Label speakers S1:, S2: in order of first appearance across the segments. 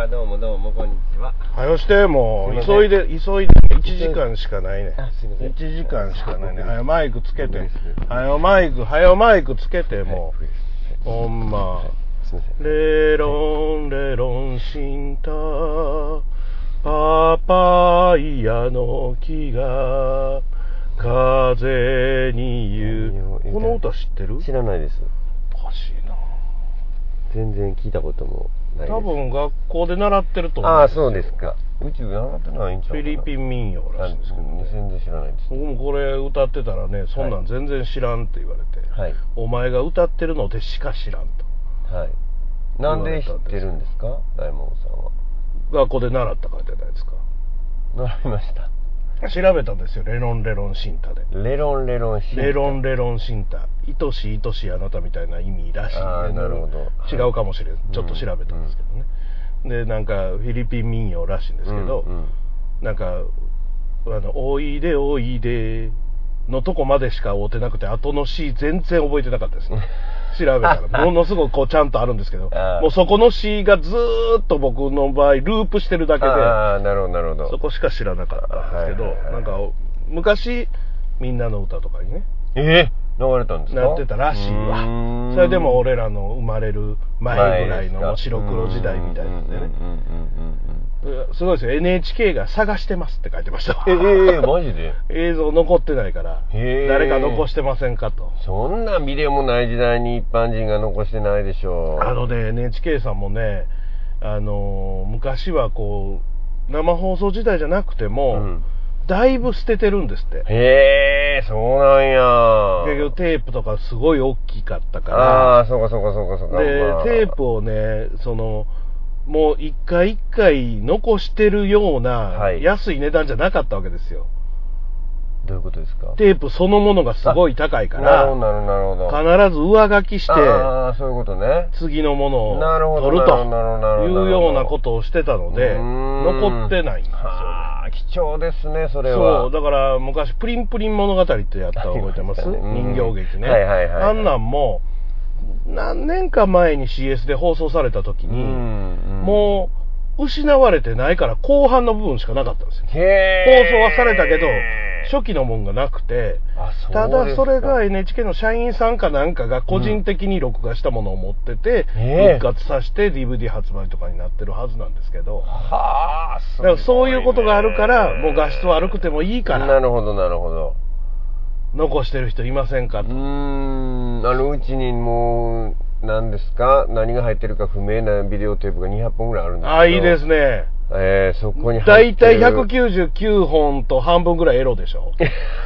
S1: どうもこんにちは。
S2: はよして、もう急いで1時間しかないね。
S1: すいません。
S2: 1時間しかないね。はよマイクつけて、はよマイクつけて、もうほんま。
S1: すいません。
S2: レロンレロンシンタパパイヤの木が風に言う。この歌知ってる？
S1: 知らないです。
S2: おかしいな。
S1: 全然聞いたこともないです。
S2: 多分学校で習ってると思う。
S1: ああ、そうですか。宇宙習ってないんちゃうかな。
S2: フィリピン民謡らしいんですけどね。
S1: 全然知らないです。
S2: 僕もこれ歌ってたらね、そんなん全然知らんって言われて、
S1: はい。
S2: お前が歌ってるのでしか知らんと。
S1: はい。なんで知ってるんですか、大門さんは。
S2: 学校で習ったからじゃないですか。
S1: 習いました。
S2: 調べたんですよ、レロンレロンシンタで。
S1: レロンレロンシンタ。
S2: レロンレロンシンタ。愛しい愛しいあなたみたいな意味らしい、ね。
S1: ああ、なるほど。
S2: 違うかもしれん。ちょっと調べたんですけどね。で、なんかフィリピン民謡らしいんですけど、なんか、おいでおいでのとこまでしか会うてなくて、後の詩全然覚えてなかったですね。調べたら、ものすごくこうちゃんとあるんですけど、もうそこの詩がずーっと僕の場合、ループしてるだけで、
S1: ああ、なるほど、なるほど。
S2: そこしか知らなかったんですけど、なんか、昔、みんなの歌とかにね、
S1: 流れたんですか？
S2: なってたらしいわ。それでも俺らの生まれる前ぐらいの白黒時代みたいなんでね。すごいですよ。NHK が探してますって書いてましたわ。
S1: マジで？
S2: 映像残ってないから、誰か残してませんかと。
S1: そんなビデオもない時代に一般人が残してないでしょう。
S2: NHK さんもね、昔はこう、生放送時代じゃなくても、だいぶ捨ててるんですって。
S1: へー、そうなんや。
S2: 結局テープとかすごい大きかったから。
S1: ああ、そうか。
S2: で、テープをね、もう一回一回残してるような安い値段じゃなかったわけですよ。
S1: どういうことですか？
S2: テープそのものがすごい高いから、
S1: なるほど。
S2: 必ず上書きして、
S1: ああ、そういうことね。
S2: 次のものを取るというようなことをしてたので、残ってないんですよ。
S1: 貴重ですね、それは。
S2: そう、だから昔プリンプリン物語ってやったの覚えてます？人形劇ね。あんなんも何年か前に CS で放送された時に、もう失われてないから後半の部分しかなかったんですよ。放送はされたけど初期のもんがなくて、ただそれが NHK の社員さんかなんかが個人的に録画したものを持ってて、復活させて DVD 発売とかになってるはずなんですけど、だからそういうことがあるから、もう画質悪くてもいいから、
S1: なるほど。
S2: 残してる人いませんかと。
S1: うちにもう、何ですか、何が入ってるか不明なビデオテープが200本ぐらいあるんですけど。
S2: いいですね。
S1: そこに入ってる。
S2: だいたい199本と半分ぐらいエロでしょ。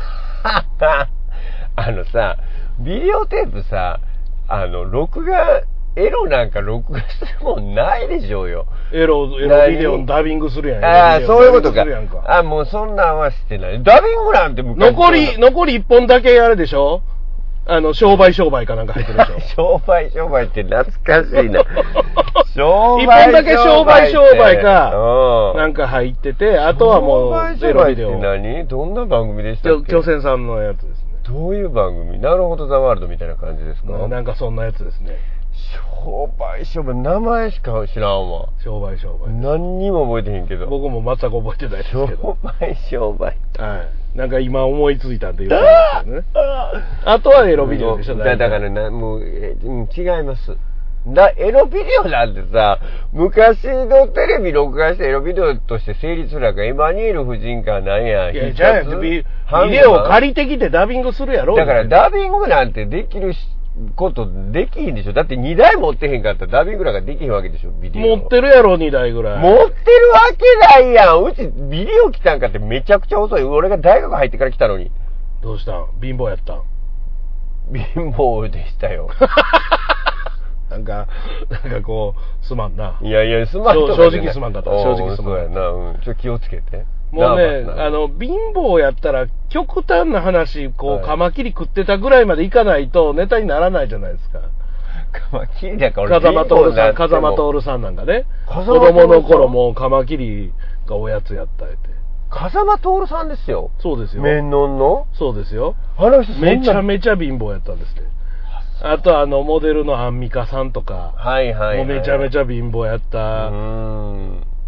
S1: さ、ビデオテープさ、エロなんか録画するもんないでしょうよ。
S2: エロビデオのダビングするやん。
S1: そういうことか。もうそんなんはしてない。ダビングなんて昔。
S2: 残り1本だけあれでしょ？商売かなんか入ってるでしょ。
S1: 商売って懐かしいな。
S2: 1本だけ商売か、なんか入ってて、あとはもうエロビデオ。
S1: 何？どんな番組でしたっけ？
S2: 巨泉さんのやつですね。
S1: どういう番組？なるほどザワールドみたいな感じですか？
S2: なんかそんなやつですね。
S1: 商売、名前しか知らんわ。
S2: 商売。
S1: 何にも覚えてへんけど。
S2: 僕も全く覚えてないですけど。
S1: 商売。
S2: はい。なんか今思いついたんで言ったんですけどね。あとはエロビデオでしょ。
S1: だからもう、違います。エロビデオなんてさ、昔のテレビ録画してエロビデオとして成立するやんか。エマニュエル夫人かなんや。
S2: いや、じゃあビデオを借りてきてダビングするやろ。
S1: だからダビングなんてできることできひんでしょ。だって2台持ってへんかったらダビングなんかできひんわけでしょ、ビデオ。
S2: 持ってるやろ、2台ぐらい。
S1: 持ってるわけないやん。うちビデオ来たんかってめちゃくちゃ遅い。俺が大学入ってから来たのに。
S2: どうしたん？貧乏やったん？
S1: 貧乏でしたよ。
S2: なんかこう、すまんな。
S1: いや、すまんとか
S2: 正直すまんかった。正直すまんかった。
S1: そうやな。ちょっと気をつけて。
S2: もうね、貧乏やったら、極端な話、カマキリ食ってたぐらいまでいかないと、ネタにならないじゃないですか。
S1: カマキリだから
S2: 風間徹さんなんかね。子供の頃もカマキリがおやつやったって。
S1: 風間徹さんですよ。
S2: そうですよ。
S1: 面のんの？
S2: そうですよ。
S1: 人
S2: めちゃめちゃ貧乏やったんですって。あとモデルのアンミカさんとか。もうめちゃめちゃ貧乏やった。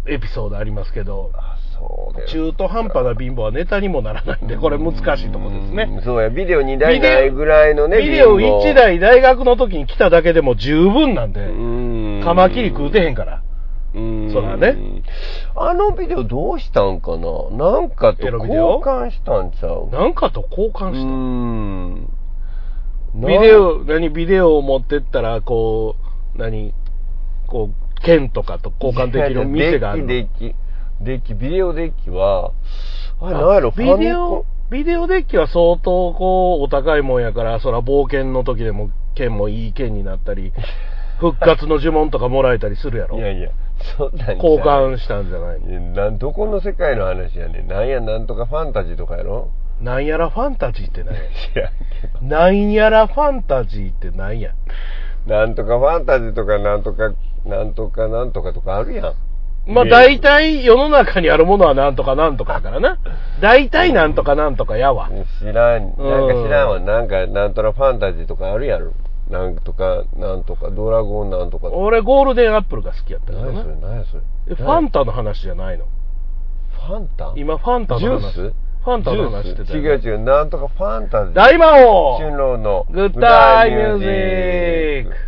S2: エピソードありますけど、
S1: そうです。
S2: 中途半端な貧乏はネタにもならないんで、これ難しいところですね。
S1: そうや、ビデオ2台ないぐらいのね、
S2: ビデオ1台大学の時に来ただけでも十分なんで、カマキリ食うてへんから。そらね。
S1: あのビデオどうしたんかな、なんかと交換したんちゃう、
S2: なんかと交換したビデオを持ってったら、こう、剣とかと交換できる店がある。
S1: ビデオデッキは、あれ何やろ、
S2: ビデオデッキは相当こう、お高いもんやから、そら冒険の時でも剣もいい剣になったり、復活の呪文とかもらえたりするやろ。
S1: いやいや、そんなん
S2: 交換したんじゃないの？
S1: どこの世界の話やねん。なんとかファンタジーとかやろ？
S2: なんやらファンタジーって何や？
S1: 知らんけど。
S2: なんやらファンタジーって何や？
S1: なんとかファンタジーとかなんとかとかあるやん。
S2: まあ大体世の中にあるものはなんとかなんとかやからな。大体なんとかなんとかやわ。
S1: 知らんわ。なんとかファンタジーとかあるやろ。なんとかドラゴンなんとか。
S2: 俺ゴールデンアップルが好きやったからな。
S1: 何やそれ。
S2: ファンタの話じゃないの？
S1: ファンタ？
S2: 今ファンタの話。
S1: ジュース？
S2: ファンタの話してたよ、ね。
S1: 違う。なんとかファンタジー。
S2: 大魔王
S1: 春郎の
S2: グッタイミュージック。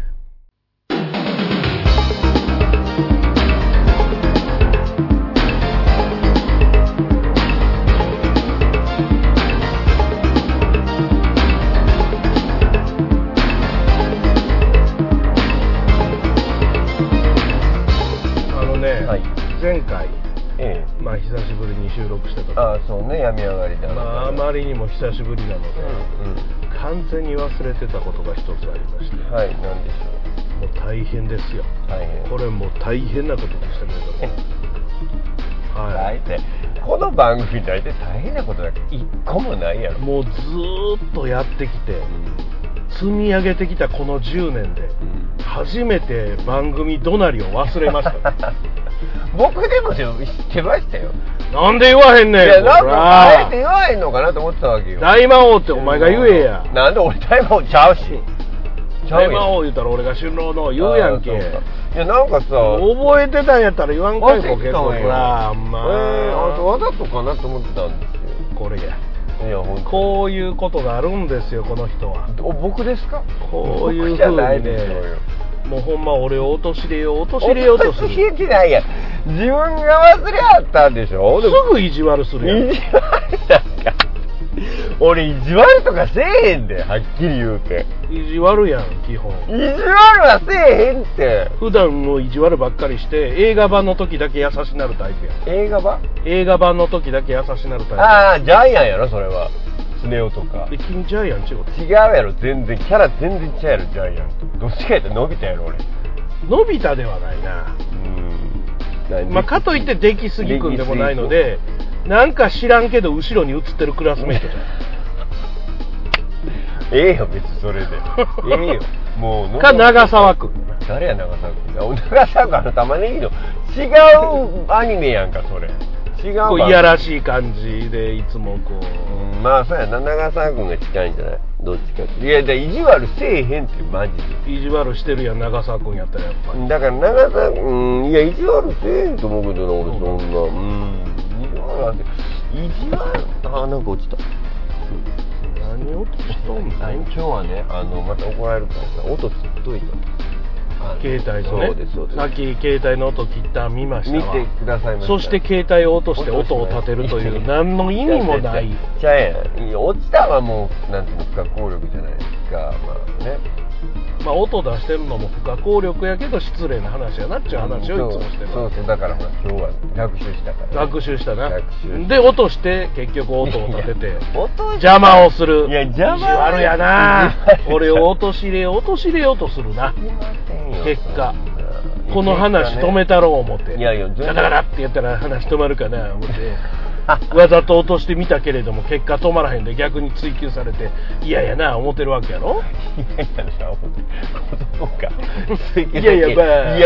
S2: 前回、まあ久しぶりに収録した時、
S1: そうね、病み上がりだ。
S2: あまりにも久しぶりなので、完全に忘れてたことが一つありまして、
S1: はい、何でしょ
S2: う。もう大変ですよ。これもう大変なことでしたけれども、
S1: はい。この番組大体大変なことだけ一個もないやろ。
S2: もうずーっとやってきて、積み上げてきたこの10年で、初めて番組どなりを忘れました、ね。
S1: 僕でも知ってましたよ。
S2: なんで言わへんねん。いや、
S1: なんかあえて言わへんのかなと思ってたわけよ。
S2: 大魔王ってお前が言えや。
S1: なんで俺大魔王ちゃうし。
S2: 大魔王言うたら俺が春郎の言うやんけ。
S1: いや、なんかさ、
S2: 覚えてたんやったら言わんかいボケとほら、
S1: わざとかなと思ってたんですよ。
S2: これや。
S1: いや、本当
S2: こういうことがあるんですよ、この人は。
S1: 僕ですか？
S2: こういう風にね、もうほんま俺を陥れようとする。
S1: 陥れてないやん。自分が忘れあったんでしょ？
S2: すぐ意地悪するやん。
S1: 意地悪なんか。俺意地悪とかせえへんで、はっきり言うて。
S2: 意地悪やん、基本。
S1: 意地悪はせえへんって。
S2: 普段の意地悪ばっかりして、映画版の時だけ優しなるタイプやん。
S1: 映画
S2: 版の時だけ優しなるタイプ。
S1: ああ、ジャイアンやろ、それは。スネ夫とか。
S2: 君ジャイアン
S1: 違うやろ、全然。キャラ全然違うやろ、ジャイアンと。どっちかやったらのび太やろ、俺。
S2: のび太ではないな。まあ、かといって出来すぎくんでもないので、なんか知らんけど後ろに映ってるクラスメイトじゃん。
S1: ええよ、別にそれで。ええよ。もう、
S2: 長澤くん。
S1: 誰や、長澤くん。長澤くん、玉ねぎの違うアニメやんか、それ。違う。
S2: こういやらしい感じで、いつもこう。
S1: まあ、そうやな、長澤くんが近いんじゃない？どっちかって。いや、意地悪せえへんって、マジで。
S2: 意地悪してるやん、長澤くんやったらやっぱり。
S1: だから、長澤くん、いや、意地悪せえへんと思うけどな、俺、そんな。意地悪なんか落ちた。
S2: 何落としとんの？
S1: 今日はね、また怒られるからさ、音切っといた。
S2: 携帯のね。
S1: そうです。
S2: さっき携帯の音切った見ましたわ。
S1: 見てくださいました。
S2: そして携帯を落として音を立てるという何の意味もない。
S1: ちゃうやん。落ちたはもうなんていうの、不可抗力じゃないですか。まあね。
S2: まあ音出してるのも不可抗力やけど失礼な話やなっちゅう話をいつもしてる。
S1: そうだからほら今日は学習したから、ね。
S2: 学習したな。で落として結局音を立てて邪魔をする。
S1: いや邪魔。
S2: 意地悪やな。俺を陥れようとするな。結果。この話止めたろう思って。
S1: いや
S2: ガタガタって言ったら話止まるかな思って。わざと落としてみたけれども結果止まらへんで逆に追求されて嫌やな思ってるわけやろ。
S1: いやな思って子供か。
S2: いやいや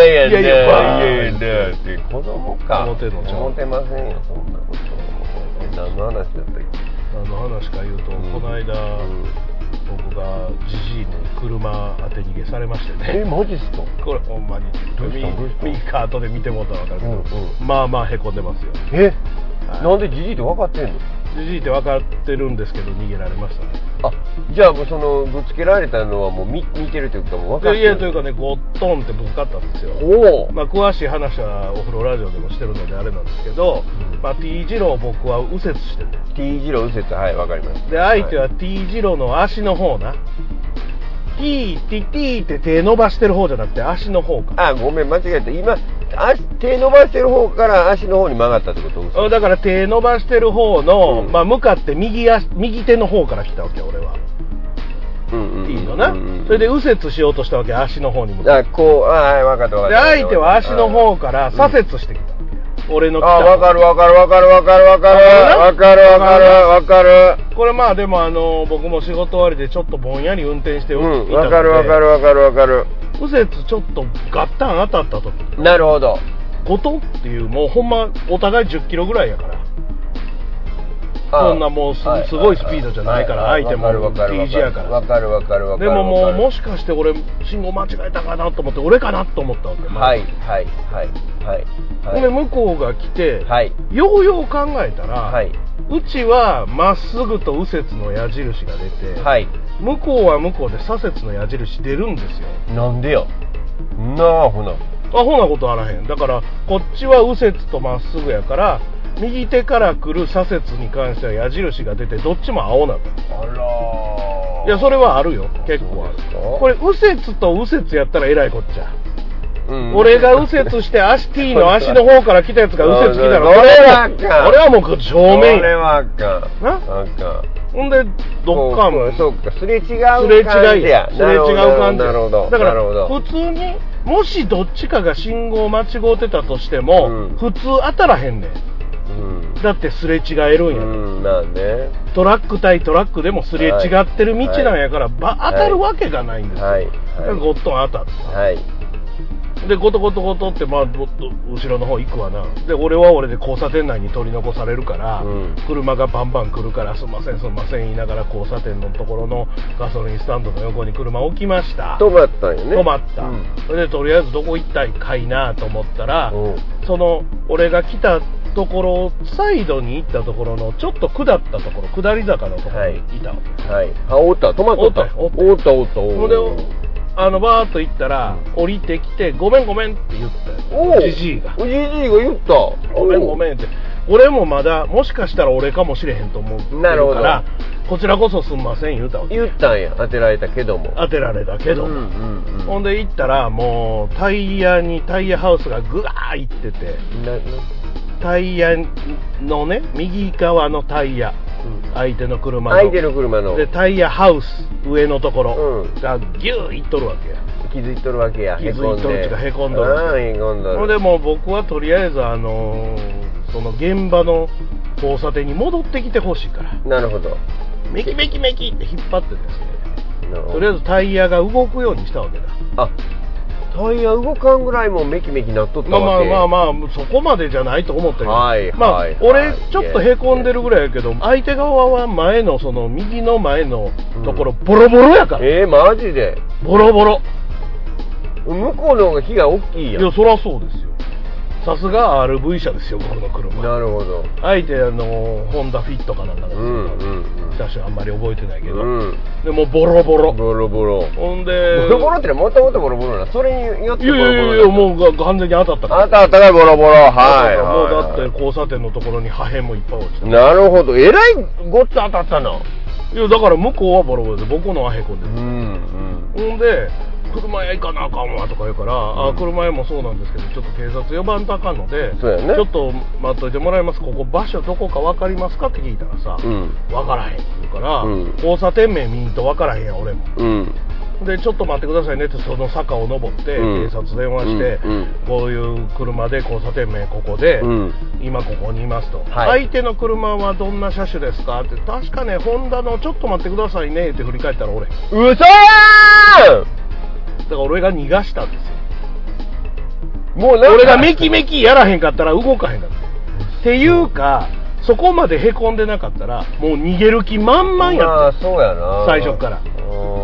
S1: って子供か。
S2: 思ってんのちゃう。
S1: 思ってませんよそんなこと。何の話だったっけ。
S2: 何の話か言うと、この間僕がじじいに車当て逃げされましてね。
S1: マジっすか？
S2: これほんまに右か後で見てもらったら分かるけど、まあまあへこんでますよ。
S1: なんでじじいって分かってんの？
S2: じじいって分かってるんですけど逃げられましたね。
S1: あ、じゃあもうそのぶつけられたのはもう見てるというかもう分かってる？
S2: いやというかね、ゴットンってぶつかったんですよ。まあ詳しい話はお風呂ラジオでもしてるのであれなんですけど、まあ T 字路を僕は右折してる。
S1: T 字路右折、はい、分かります。
S2: で相手は T 字路の足の方な。T って手伸ばしてる方じゃなくて足の方か。
S1: あ、ごめん間違えた。今手伸ばしてる方から足の方に曲がったってこと？
S2: だから手伸ばしてる方の、まあ向かって右手の方から来たわけ俺は。いいのな。それで右折しようとしたわけ、足の方に向かって。
S1: はい、分かった分かった。
S2: で相手は足の方から左折してきたわけ。俺の来た。
S1: あ、分かる。
S2: これまあでも僕も仕事終わりでちょっとぼんやり運転していたので。
S1: 分かる。
S2: 右折ちょっとガッタン当たった時。
S1: なるほど。
S2: ゴトっていうもうほんまお互い10キロぐらいやから。そんなもうすごいスピードじゃないから相手も T 字やから。
S1: 分かる。
S2: でももしかして俺信号間違えたかなと思って俺かなと思ったわけ。
S1: はい。
S2: で向こうが来て、ようよう考えたら、うちはまっすぐと右折の矢印が出て、向こうは向こうで左折の矢印出るんですよ。
S1: なんでよ。アホな
S2: ことあらへん。だからこっちは右折とまっすぐやから右手から来る左折に関しては矢印が出てどっちも青なの。
S1: あら。
S2: いやそれはあるよ、結構ある。これ右折と右折やったらえらいこっちゃ。俺が右折してT の足の方から来たやつが右折来たら俺はもう正面。
S1: これはあかん。
S2: ほんでどっかも
S1: そうか、すれ違う感じや。
S2: なるほ
S1: ど。
S2: だから普通にもしどっちかが信号間違うてたとしても、普通当たらへんねん。だってすれ違えるんやから、トラック対トラックでもすれ違ってる道なんやから、当たるわけがないんですよ。だからゴットン当たった。でゴトってまあ後ろの方行くわな。で俺は俺で交差点内に取り残されるから、車がバンバン来るからすんません言いながら交差点のところのガソリンスタンドの横に車置きました。
S1: 止まったんよね。
S2: 止まった。それでとりあえずどこ行ったかいなと思ったら、その俺が来たところサイドに行ったところのちょっと下ったところ、下り坂のところにいたわけ。
S1: おった。止まっとった。おった。
S2: ほんでバーッと行ったら、降りてきてごめんって言ったよ。じじいが
S1: 言った。
S2: ごめんって。俺もまだもしかしたら俺かもしれへんと思うからこちらこそすんません言った
S1: んや。当てられたけども。
S2: ほんで行ったらもうタイヤハウスがグワーいってて、タイヤのね右側のタイヤ、相手の車のでタイヤハウス上のところがギューいっとるわけや。
S1: 気づいとるわけや。
S2: 気づいとるっていうかへこんどる。でも僕はとりあえずその現場の交差点に戻ってきてほしいから。
S1: なるほど。
S2: メキって引っ張ってですね、とりあえずタイヤが動くようにしたわけだ。
S1: タイヤ動かんぐらいもメキなっとったわけ。
S2: まあそこまでじゃないと思ったけど、俺ちょっとへこんでるぐらいやけど、相手側は前のその右の前のところボロボロやから。
S1: マジで
S2: ボロボロ。
S1: 向こうの方が火が大きいやん。
S2: いやそりゃそうですよ。さすが RV 車ですよこの車。
S1: なるほど。
S2: 相手ホンダフィットかなんだけど、車種あんまり覚えてないけど、でもボロボロ。ほんで
S1: ボロボロってもともとボロボロな。それによってボロボロ。
S2: いやもう完全に当たったから。
S1: 当たったからボロボロ。もう
S2: だって交差点のところに破片もいっぱい落ちた。
S1: なるほど。えらいごっつ当たったな。
S2: いやだから向こうはボロボロで僕のはへこんでる。ほんで車屋行かなあかんわとか言うから、車屋もそうなんですけどちょっと警察呼ばんとあかんので、ちょっと待っといてもらえます、ここ場所どこか分かりますかって聞いたらさ、分からへんって言うから、交差点名見んと分からへんやん俺も、でちょっと待ってくださいねってその坂を登って警察電話して、こういう車で交差点名ここで、今ここにいますと、相手の車はどんな車種ですかって、確かねホンダのちょっと待ってくださいねって振り返ったら俺
S1: 嘘ー。
S2: だから俺が逃がしたんですよ。もう俺がメキやらへんかったら動かへんかったっていうか、そこまでへこんでなかったらもう逃げる気満々やった。
S1: そうやな。
S2: 最初から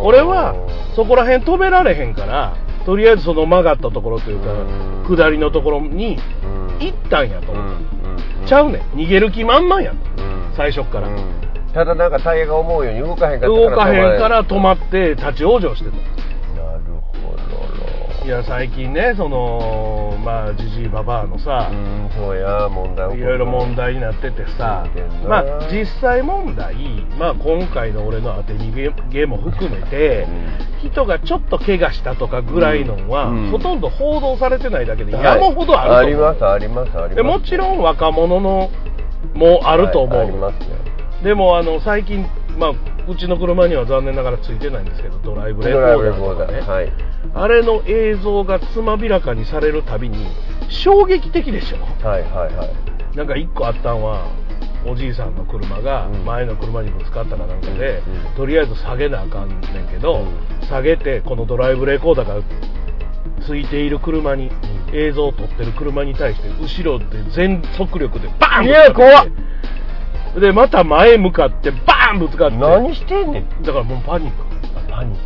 S2: 俺はそこら辺止められへんから、とりあえずその曲がったところというか、下りのところに行ったんやと思った。ちゃうねん、逃げる気満々やと、最初から。
S1: ただなんかタイヤが思うように動かへんかった
S2: 動かへんから止まって立ち往生してた。
S1: なるほど。
S2: いや最近ね、そのまあジジイババアのさ、
S1: そうや問題
S2: いろいろ問題になっててさ、まあ実際問題、まあ今回の俺の当て逃げも含めて、人がちょっと怪我したとかぐらいのは、ほとんど報道されてないだけで山ほどあると思う。
S1: あります
S2: でもちろん若者のもあると思う。
S1: ありますね。
S2: でも最近、まあ、うちの車には残念ながらついてないんですけど、ドライブレコーダーとかね、はい、あれの映像がつまびらかにされるたびに衝撃的でしょ。
S1: はいはいはい。
S2: なんか一個あったんは、おじいさんの車が前の車にぶつかったかなんかで、とりあえず下げなあかんねんけど、下げてこのドライブレコーダーがついている車に、映像を撮ってる車に対して後ろで全速力でバーンぶつかって、いや怖っでまた前向かってバーンぶつかって、
S1: 何してんねん。
S2: だからもうパニック。
S1: パニッ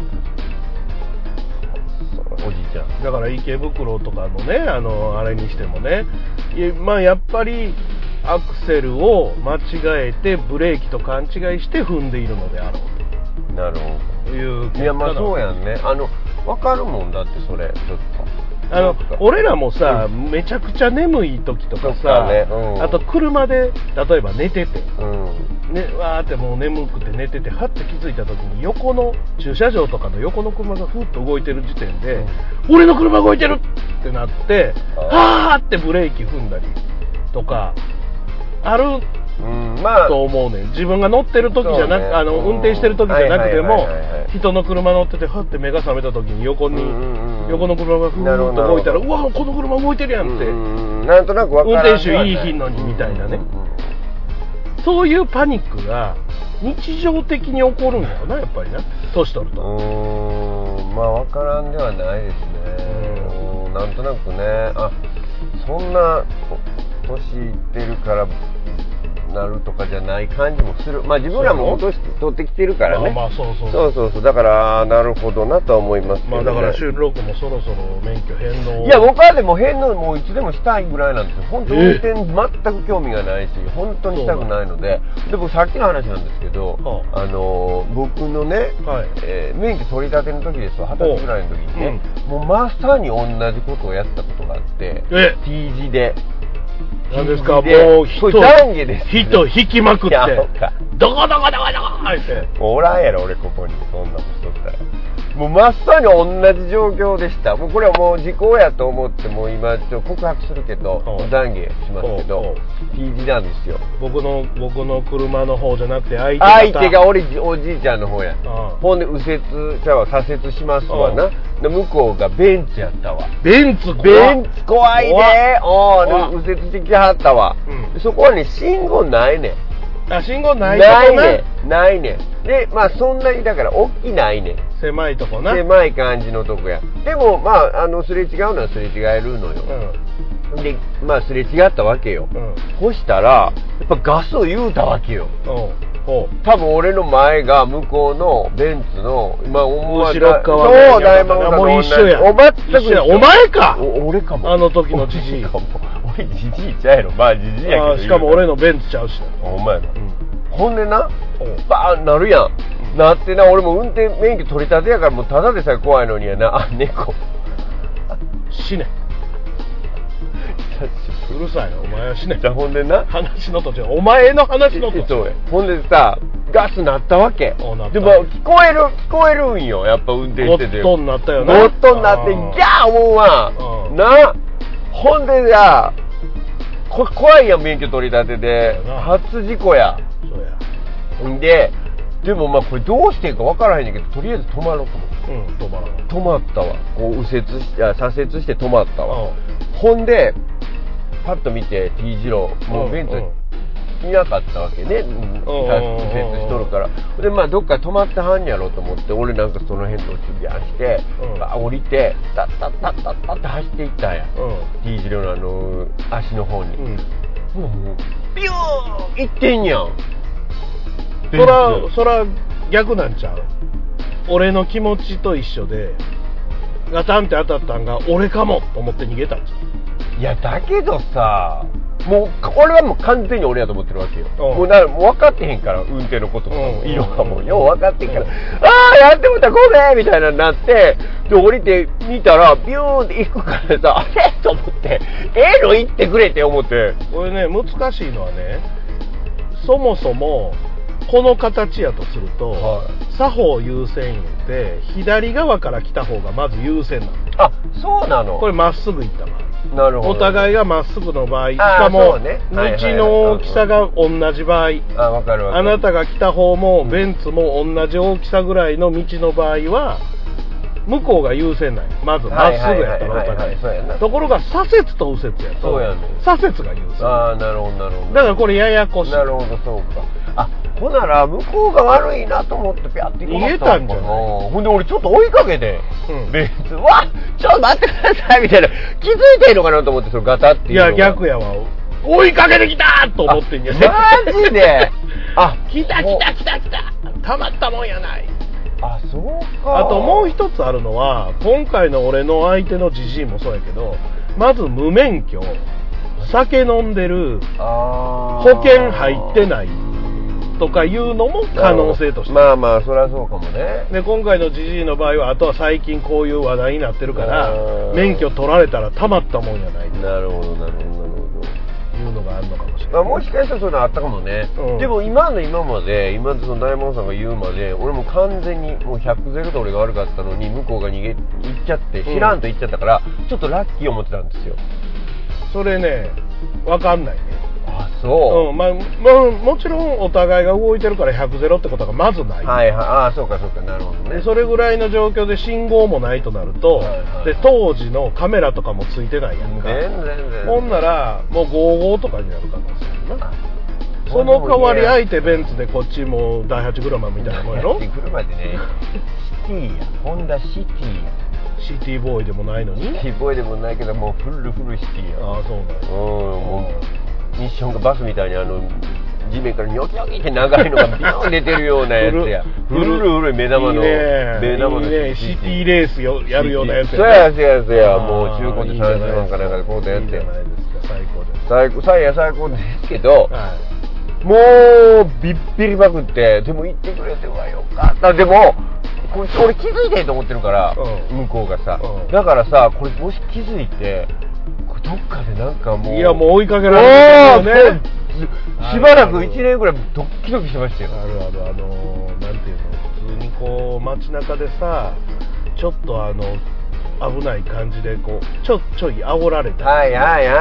S1: ク。おじいちゃん。
S2: だから池袋とかのね、あれにしてもね、まあやっぱりアクセルを間違えてブレーキと勘違いして踏んでいるのであろうと。
S1: なるほど。
S2: いう
S1: いやまあそうやんね。わかるもんだってそれちょっと。
S2: 俺らもさ、めちゃくちゃ眠い時とかさ、あと車で例えば寝てて、わーってもう眠くて寝てて、はって気づいた時に横の駐車場とかの横の車がふっと動いてる時点で、俺の車動いてるってなって、はーってブレーキ踏んだりとかあると思うねん。自分が乗ってる時じゃなく、運転してる時じゃなくても、人の車乗っててはって目が覚めた時に横の車がふーっと動いたら、うわこの車動いてるやんって、
S1: なんとなく分からん、
S2: 運転手いい日のにみたいなね、そういうパニックが日常的に起こるんだよな、やっぱりな、年取ると。
S1: まあ分からんではないですね。なんとなくね、そんな年いってるからなるとかじゃない感じもする。まあ自分らも年取ってきてるからね。そうだからなるほどなとは思いますけどね。
S2: だから収録もそろそろ免許返納。
S1: いや僕はでも返納もういつでもしたいぐらいなんですよ。本当運転全く興味がないし、本当にしたくないので。でもさっきの話なんですけど、僕のね、免許取り立ての時ですわ、20歳ぐらいの時にね、もうまさに同じことをやったことがあって、T 字で。
S2: 何ですか、もう人引きまくって、どこって
S1: おらんやろ俺ここにそんなことしとったら。もうまさに同じ状況でした。もうこれはもう時効やと思ってもう今ちょっと告白するけど懺悔しますけど T 字なんですよ。
S2: 僕の車の方じゃなくて相
S1: 手がおじいちゃんの方や。ほんで右折左折しますわな。で向こうがベンツやったわ。
S2: ベンツ
S1: 怖いで。右折してきはったわ。そこはね信号ないねん。
S2: 信号ないとこ
S1: ないねん。でまあそんなにだから大きないねん。
S2: 狭いとこな。
S1: 狭い感じのとこや。でもまあすれ違うのはすれ違えるのよ。でまあすれ違ったわけよ。そしたらやっぱガスを言うたわけよ。多分俺の前が向こうのベンツの今
S2: 後ろ側
S1: そう大門が
S2: もう一緒や。
S1: 全く
S2: お前か。
S1: 俺かも。
S2: あの時のジジイ。
S1: 俺ジジイちゃうやろ。まあジジイやけど。
S2: しかも俺のベンツちゃうし。
S1: お前な。ほんでな、バーンなるやん。なってな、俺も運転免許取り立てやからもうただでさえ怖いのにやな。猫。
S2: 死ね。うるさいよ、お前は死ね。
S1: じゃあほんでな、
S2: 話の途中、お前の話の途中。
S1: そうや。ほんでさ、ガス鳴ったわけ。でも聞こえるんよ、やっぱ運転してて。
S2: ゴットンなったよな。
S1: ゴットンなって、ギャー思うわ。な。ほんでさ、怖いやん、免許取り立てで。初事故や。そうや。でもまあこれどうしていいか分からへんねんけど、とりあえず止まろうと思って。止まったわ。こう左折して止まったわ。ほんでパッと見て T 字路もうベンツいなかったわけね。右折しとるから。でまあどっか止まってはんやろうと思って、俺なんかその辺とビャンして降りてタッタッタッタッタッって走っていったんや。T 字路の足の方に。もうビューン行ってんやん。
S2: そら逆なんちゃう。 俺の気持ちと一緒でガタンって当たったんが俺かもと思って逃げたんですよ。
S1: いやだけどさ、もう俺はもう完全に俺やと思ってるわけよ。もう分かってへんから、運転のこととかも色がもうよう分かってへんから、ああやってもたごめんみたいなになって、で降りてみたらビューンって行くからさ、あれと思って、の行ってくれって思って。
S2: これね難しいのはね、そもそもこの形やとすると、はい、左方優先言って左側から来た方がまず優先なの。
S1: あ、そうなの。
S2: これまっすぐ行った場合、
S1: なるほど。
S2: お互いがまっすぐの場合、しかも、ね、道の大きさが同じ場合、
S1: わかるわかる。
S2: あなたが来た方もベンツも同じ大きさぐらいの道の場合は向こうが優先ない。まずまっすぐやったらお互い。ところが左折と右折やと左折が優先。
S1: ああ、なるほどなるほど。
S2: だからこれややこしい。
S1: なるほど、そうか。あ、ほなら向こうが悪いなと思ってピャって
S2: 逃げたんじゃない。
S1: ほんで俺ちょっと追いかけて、ベンツ、わっちょっと待ってくださいみたいな、気づいてんのかなと思って、そのガタっていうのが。
S2: いや逆やわ、追いかけてきたと思ってんやね。
S1: マジで
S2: あ、来たたまったもんやない。
S1: あ、そうか。
S2: あともう一つあるのは、今回の俺の相手のジジイもそうやけど、まず無免許、酒飲んでる、保険入ってないとかいうのも可能性として。
S1: まあまあそりゃそうかもね。
S2: で今回のジジイの場合は、あとは最近こういう話題になってるから、免許取られたらたまったもんやない。
S1: なるほどなるほどなるほど。
S2: いうのがあるのかもしれない。
S1: まあ、もしかしたらそういうのあったかもね。でも今までその大門さんが言うまで、俺も完全にもう100ゼロで俺が悪かったのに、向こうが行っちゃって知らんと言っちゃったから、ちょっとラッキーを持ってたんですよ。
S2: それね、分かんないね。
S1: あ、そう。
S2: まあもちろんお互いが動いてるから100ゼロってことがまずない。
S1: はいはい。ああ、そうかそうか、なるほどね。
S2: それぐらいの状況で信号もないとなると、で当時のカメラとかもついてないやんか。
S1: 全然。
S2: ほんならもう55とかになる可能性あるな。その代わり相手ベンツでこっちも第8車みたいなもんやろ。
S1: 車でね、シティや、ホンダシティや。
S2: シティボーイでもないのに。
S1: シティボーイでもないけど、もうフルシティや。
S2: ああ、そうなんや。
S1: もうミッションがバスみたいに地面からニョキニョキって長いのがビヨン出てるようなやつや。古い目玉の。
S2: いいね、シティレースやるようなやつ
S1: や。そうや。もう中古で30万かなんかでこうやって。いいじゃないですか、最高ですけど、もうビッビリまくって、でも行ってくれてはよかった。でもこれ俺気づいてと思ってるから、向こうがさ、だからさ、これもし気づいてどっかでなんかもう、
S2: いやもう追いかけられるよね。
S1: しばらく1年ぐらいドッキドキしましたよ。
S2: あるなんていうの、普通にこう街中でさ、ちょっと危ない感じでこうちょい煽られた。
S1: はい。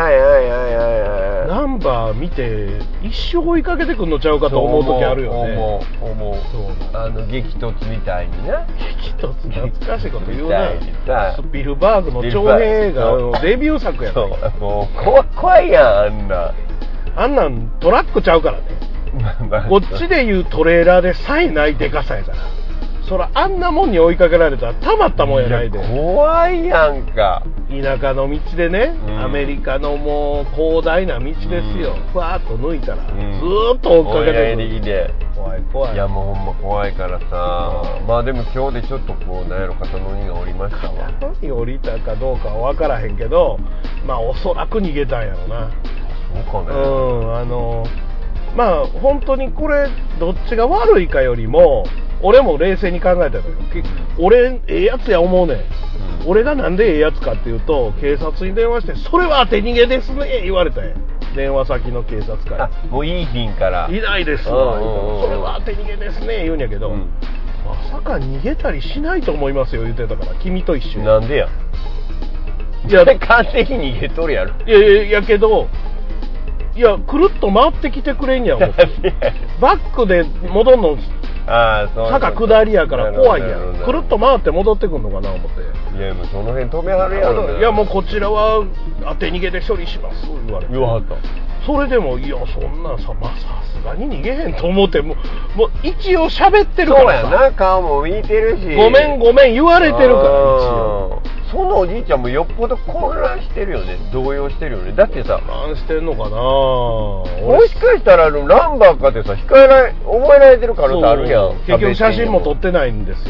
S2: ナンバー見て一生追いかけてくんのちゃうかと思う時あるよね。
S1: 思う。そう激突みたいにね。
S2: 激突、懐かしいこと言うな。スピルバーグの長編映画のデビュー作やね。
S1: もう怖いやん、
S2: あんなんトラックちゃうからね。こっちでいうトレーラーでさえないでかさやから。そらあんなもんに追いかけられたらたまったもんやないで。
S1: 怖いやんか。
S2: 田舎の道でね、アメリカのもう広大な道ですよ。ふわーっと抜いたら、ずーっと追っかけてくる。怖い。
S1: いやもうほんま怖いからさ、まあでも今日でちょっとこうなんやろ、肩の荷が下りましたわ。
S2: 肩の荷下りたかどうかは分からへんけど、まあおそらく逃げたんやろな。
S1: そうかね。
S2: まあ本当にこれどっちが悪いかよりも、俺も冷静に考えたのよ。俺ええやつや思うねん。俺がなんでええやつかっていうと、警察に電話してそれは当て逃げですね言われたんや。電話先の警察から。
S1: もういい品から
S2: いないですわ。それは当て逃げですね言うんやけど、まさか逃げたりしないと思いますよ言ってたから。君と一緒。
S1: なんでや。いや完璧に逃げとるやろ。
S2: いやけど、いやくるっと回ってきてくれんやん。バックで戻んの坂下りやから怖いやん。くるっと回って戻ってくんのかな思って。
S1: いやもうその辺止めはるやろ。
S2: いやもうこちらは当て逃げで処理します言われて。
S1: 言わはった。
S2: それでもいやそんなんさ、まあさすがに逃げへんと思ってもう一応喋ってるから
S1: さ。そうやな、顔も見てるし。
S2: ごめん言われてるから一応。
S1: そのおじいちゃんもよっぽど混乱してるよね。動揺してるよね。だってさ、
S2: 混乱してんのかな。
S1: もしかしたらナンバーかってさ、覚えられてる可能性あるやん。
S2: 結局写真も撮ってないんですよ。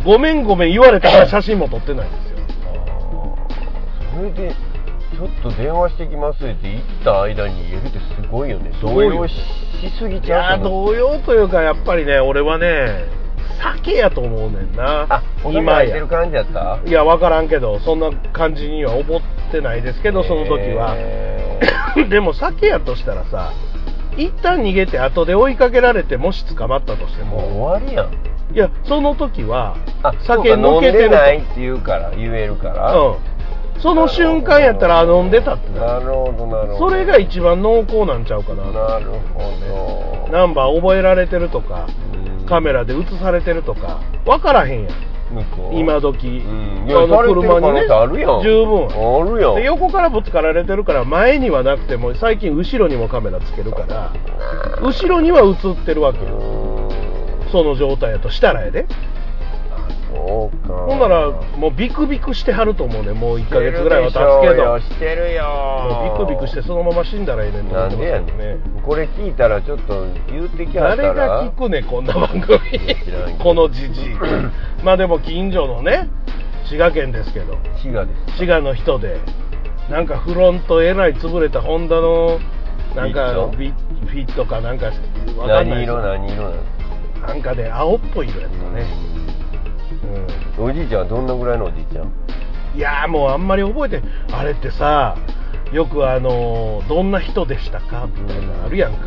S2: ごめん言われたから写真も撮ってないんですよ。
S1: それでちょっと電話してきますって言った間に言えるってすごいよね。動揺しすぎちゃう。
S2: いや動揺というかやっぱりね、俺はね酒やと思うねんな。
S1: あ、今やってる感じやった？
S2: いや分からんけど、そんな感じには思ってないですけど、その時はでも酒やとしたらさ、一旦逃げて後で追いかけられてもし捕まったとしても
S1: 終わりやん。
S2: いやその時は
S1: 酒抜けてると飲んでないって言えるから、
S2: その瞬間やったら飲んでたって
S1: なるほど。
S2: それが一番濃厚なんちゃうかな。
S1: なるほど。
S2: ナンバー覚えられてるとか、カメラで映されてるとか分からへんやん。今時、車にね、十分
S1: あるやん。
S2: で横からぶつかられてるから前にはなくても最近後ろにもカメラつけるから後ろには映ってるわけよ。その状態やとしたらやで。
S1: そうか。
S2: ほんならもうビクビクしてはると思うね。もう1ヶ月ぐらいは経つけど。
S1: してるよ。
S2: もうビクビクしてそのまま死んだらええねんと思ってますよね。
S1: なんでやねん。これ聞いたらちょっと言うてきはったら。
S2: 誰が聞くねこんな番組このじじいまあでも近所のね、滋賀県ですけど、
S1: 滋賀です。
S2: 滋賀の人でなんかフロントえらい潰れたホンダのなんかフィットかなんかわかんない。
S1: 何色
S2: なんかで青っぽい色やったね。
S1: おじいちゃんはどんなぐらいのおじいちゃん？
S2: いやもうあんまり覚えて、あれってさ、よくどんな人でしたかみたいなあるやんか。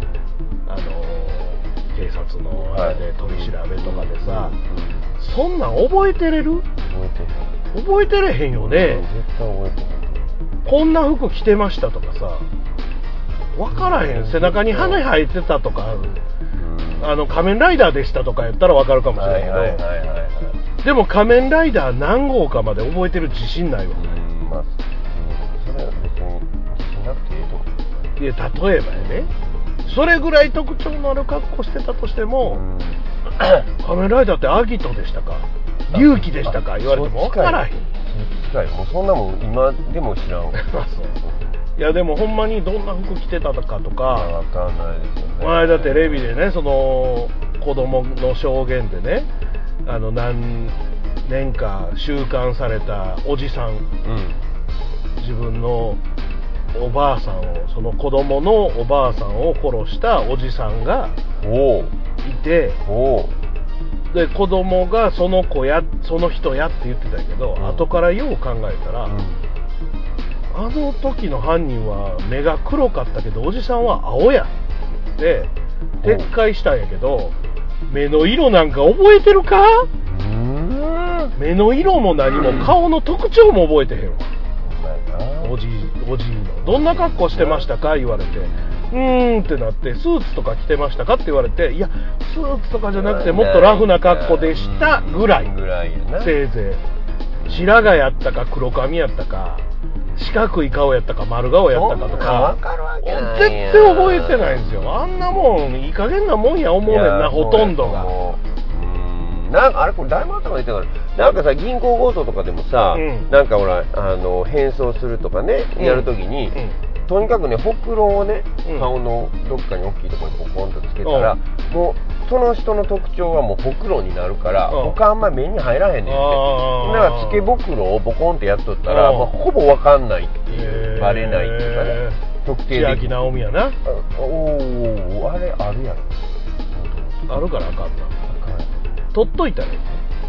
S2: 警察のあれで取り調べとかでさ、そんなん覚えてれる？覚えてれへんよね。
S1: 絶対覚えてない。
S2: こんな服着てましたとかさ、分からへん。背中に羽生えてたとか、仮面ライダーでしたとか言ったら分かるかもしれないけど、でも仮面ライダー何号かまで覚えてる自信ないわ。
S1: それは別に自信なくていいと思う。
S2: いや例えばやね、それぐらい特徴のある格好してたとしても、仮面ライダーってアギトでしたか龍騎でしたか言われても分からへん。
S1: もうそんなもん今でも知らんわ。
S2: いやでもほんまにどんな服着てたかとか
S1: 分かんないですよね。
S2: 前だってレビでね、その子供の証言でね、何年か収監されたおじさん、自分のおばあさんを、その子供のおばあさんを殺したおじさんがいて、で子供がその子やその人やって言ってたけど、後からよう考えたら、あの時の犯人は目が黒かったけどおじさんは青やって撤回したんやけど、目の色なんか覚えてるか？目の色も何も顔の特徴も覚えてへんわ。おじいのどんな格好してましたか言われて、ってなって、スーツとか着てましたかって言われて、いやスーツとかじゃなくてもっとラフな格好でしたぐらい、せいぜい白髪やったか黒髪やったか四角い顔やったか丸顔やったかとか絶対覚えてないんですよ。あんなもんいい加減なもんや思うねんな、ほとんどが。
S1: なんかあれこれ大満足言ってたから、なんかさ銀行強盗とかでもさ、なんかほら変装するとかね、やるときに、とにかくねほくろをね、顔のどっかに大きいところにポコンとつけたら、もうその人の特徴はもうほくろになるから、他あんま目に入らへんねんって。だからつけぼくろをボコンってやっとったら、ほぼわかんないっていう、バレないっていうかね、特定できる。
S2: 千秋直美やな。
S1: あれあるやろ。
S2: あるからあかんな。取っといたらいい。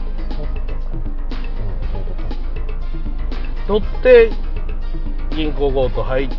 S2: 取って銀行強盗入って、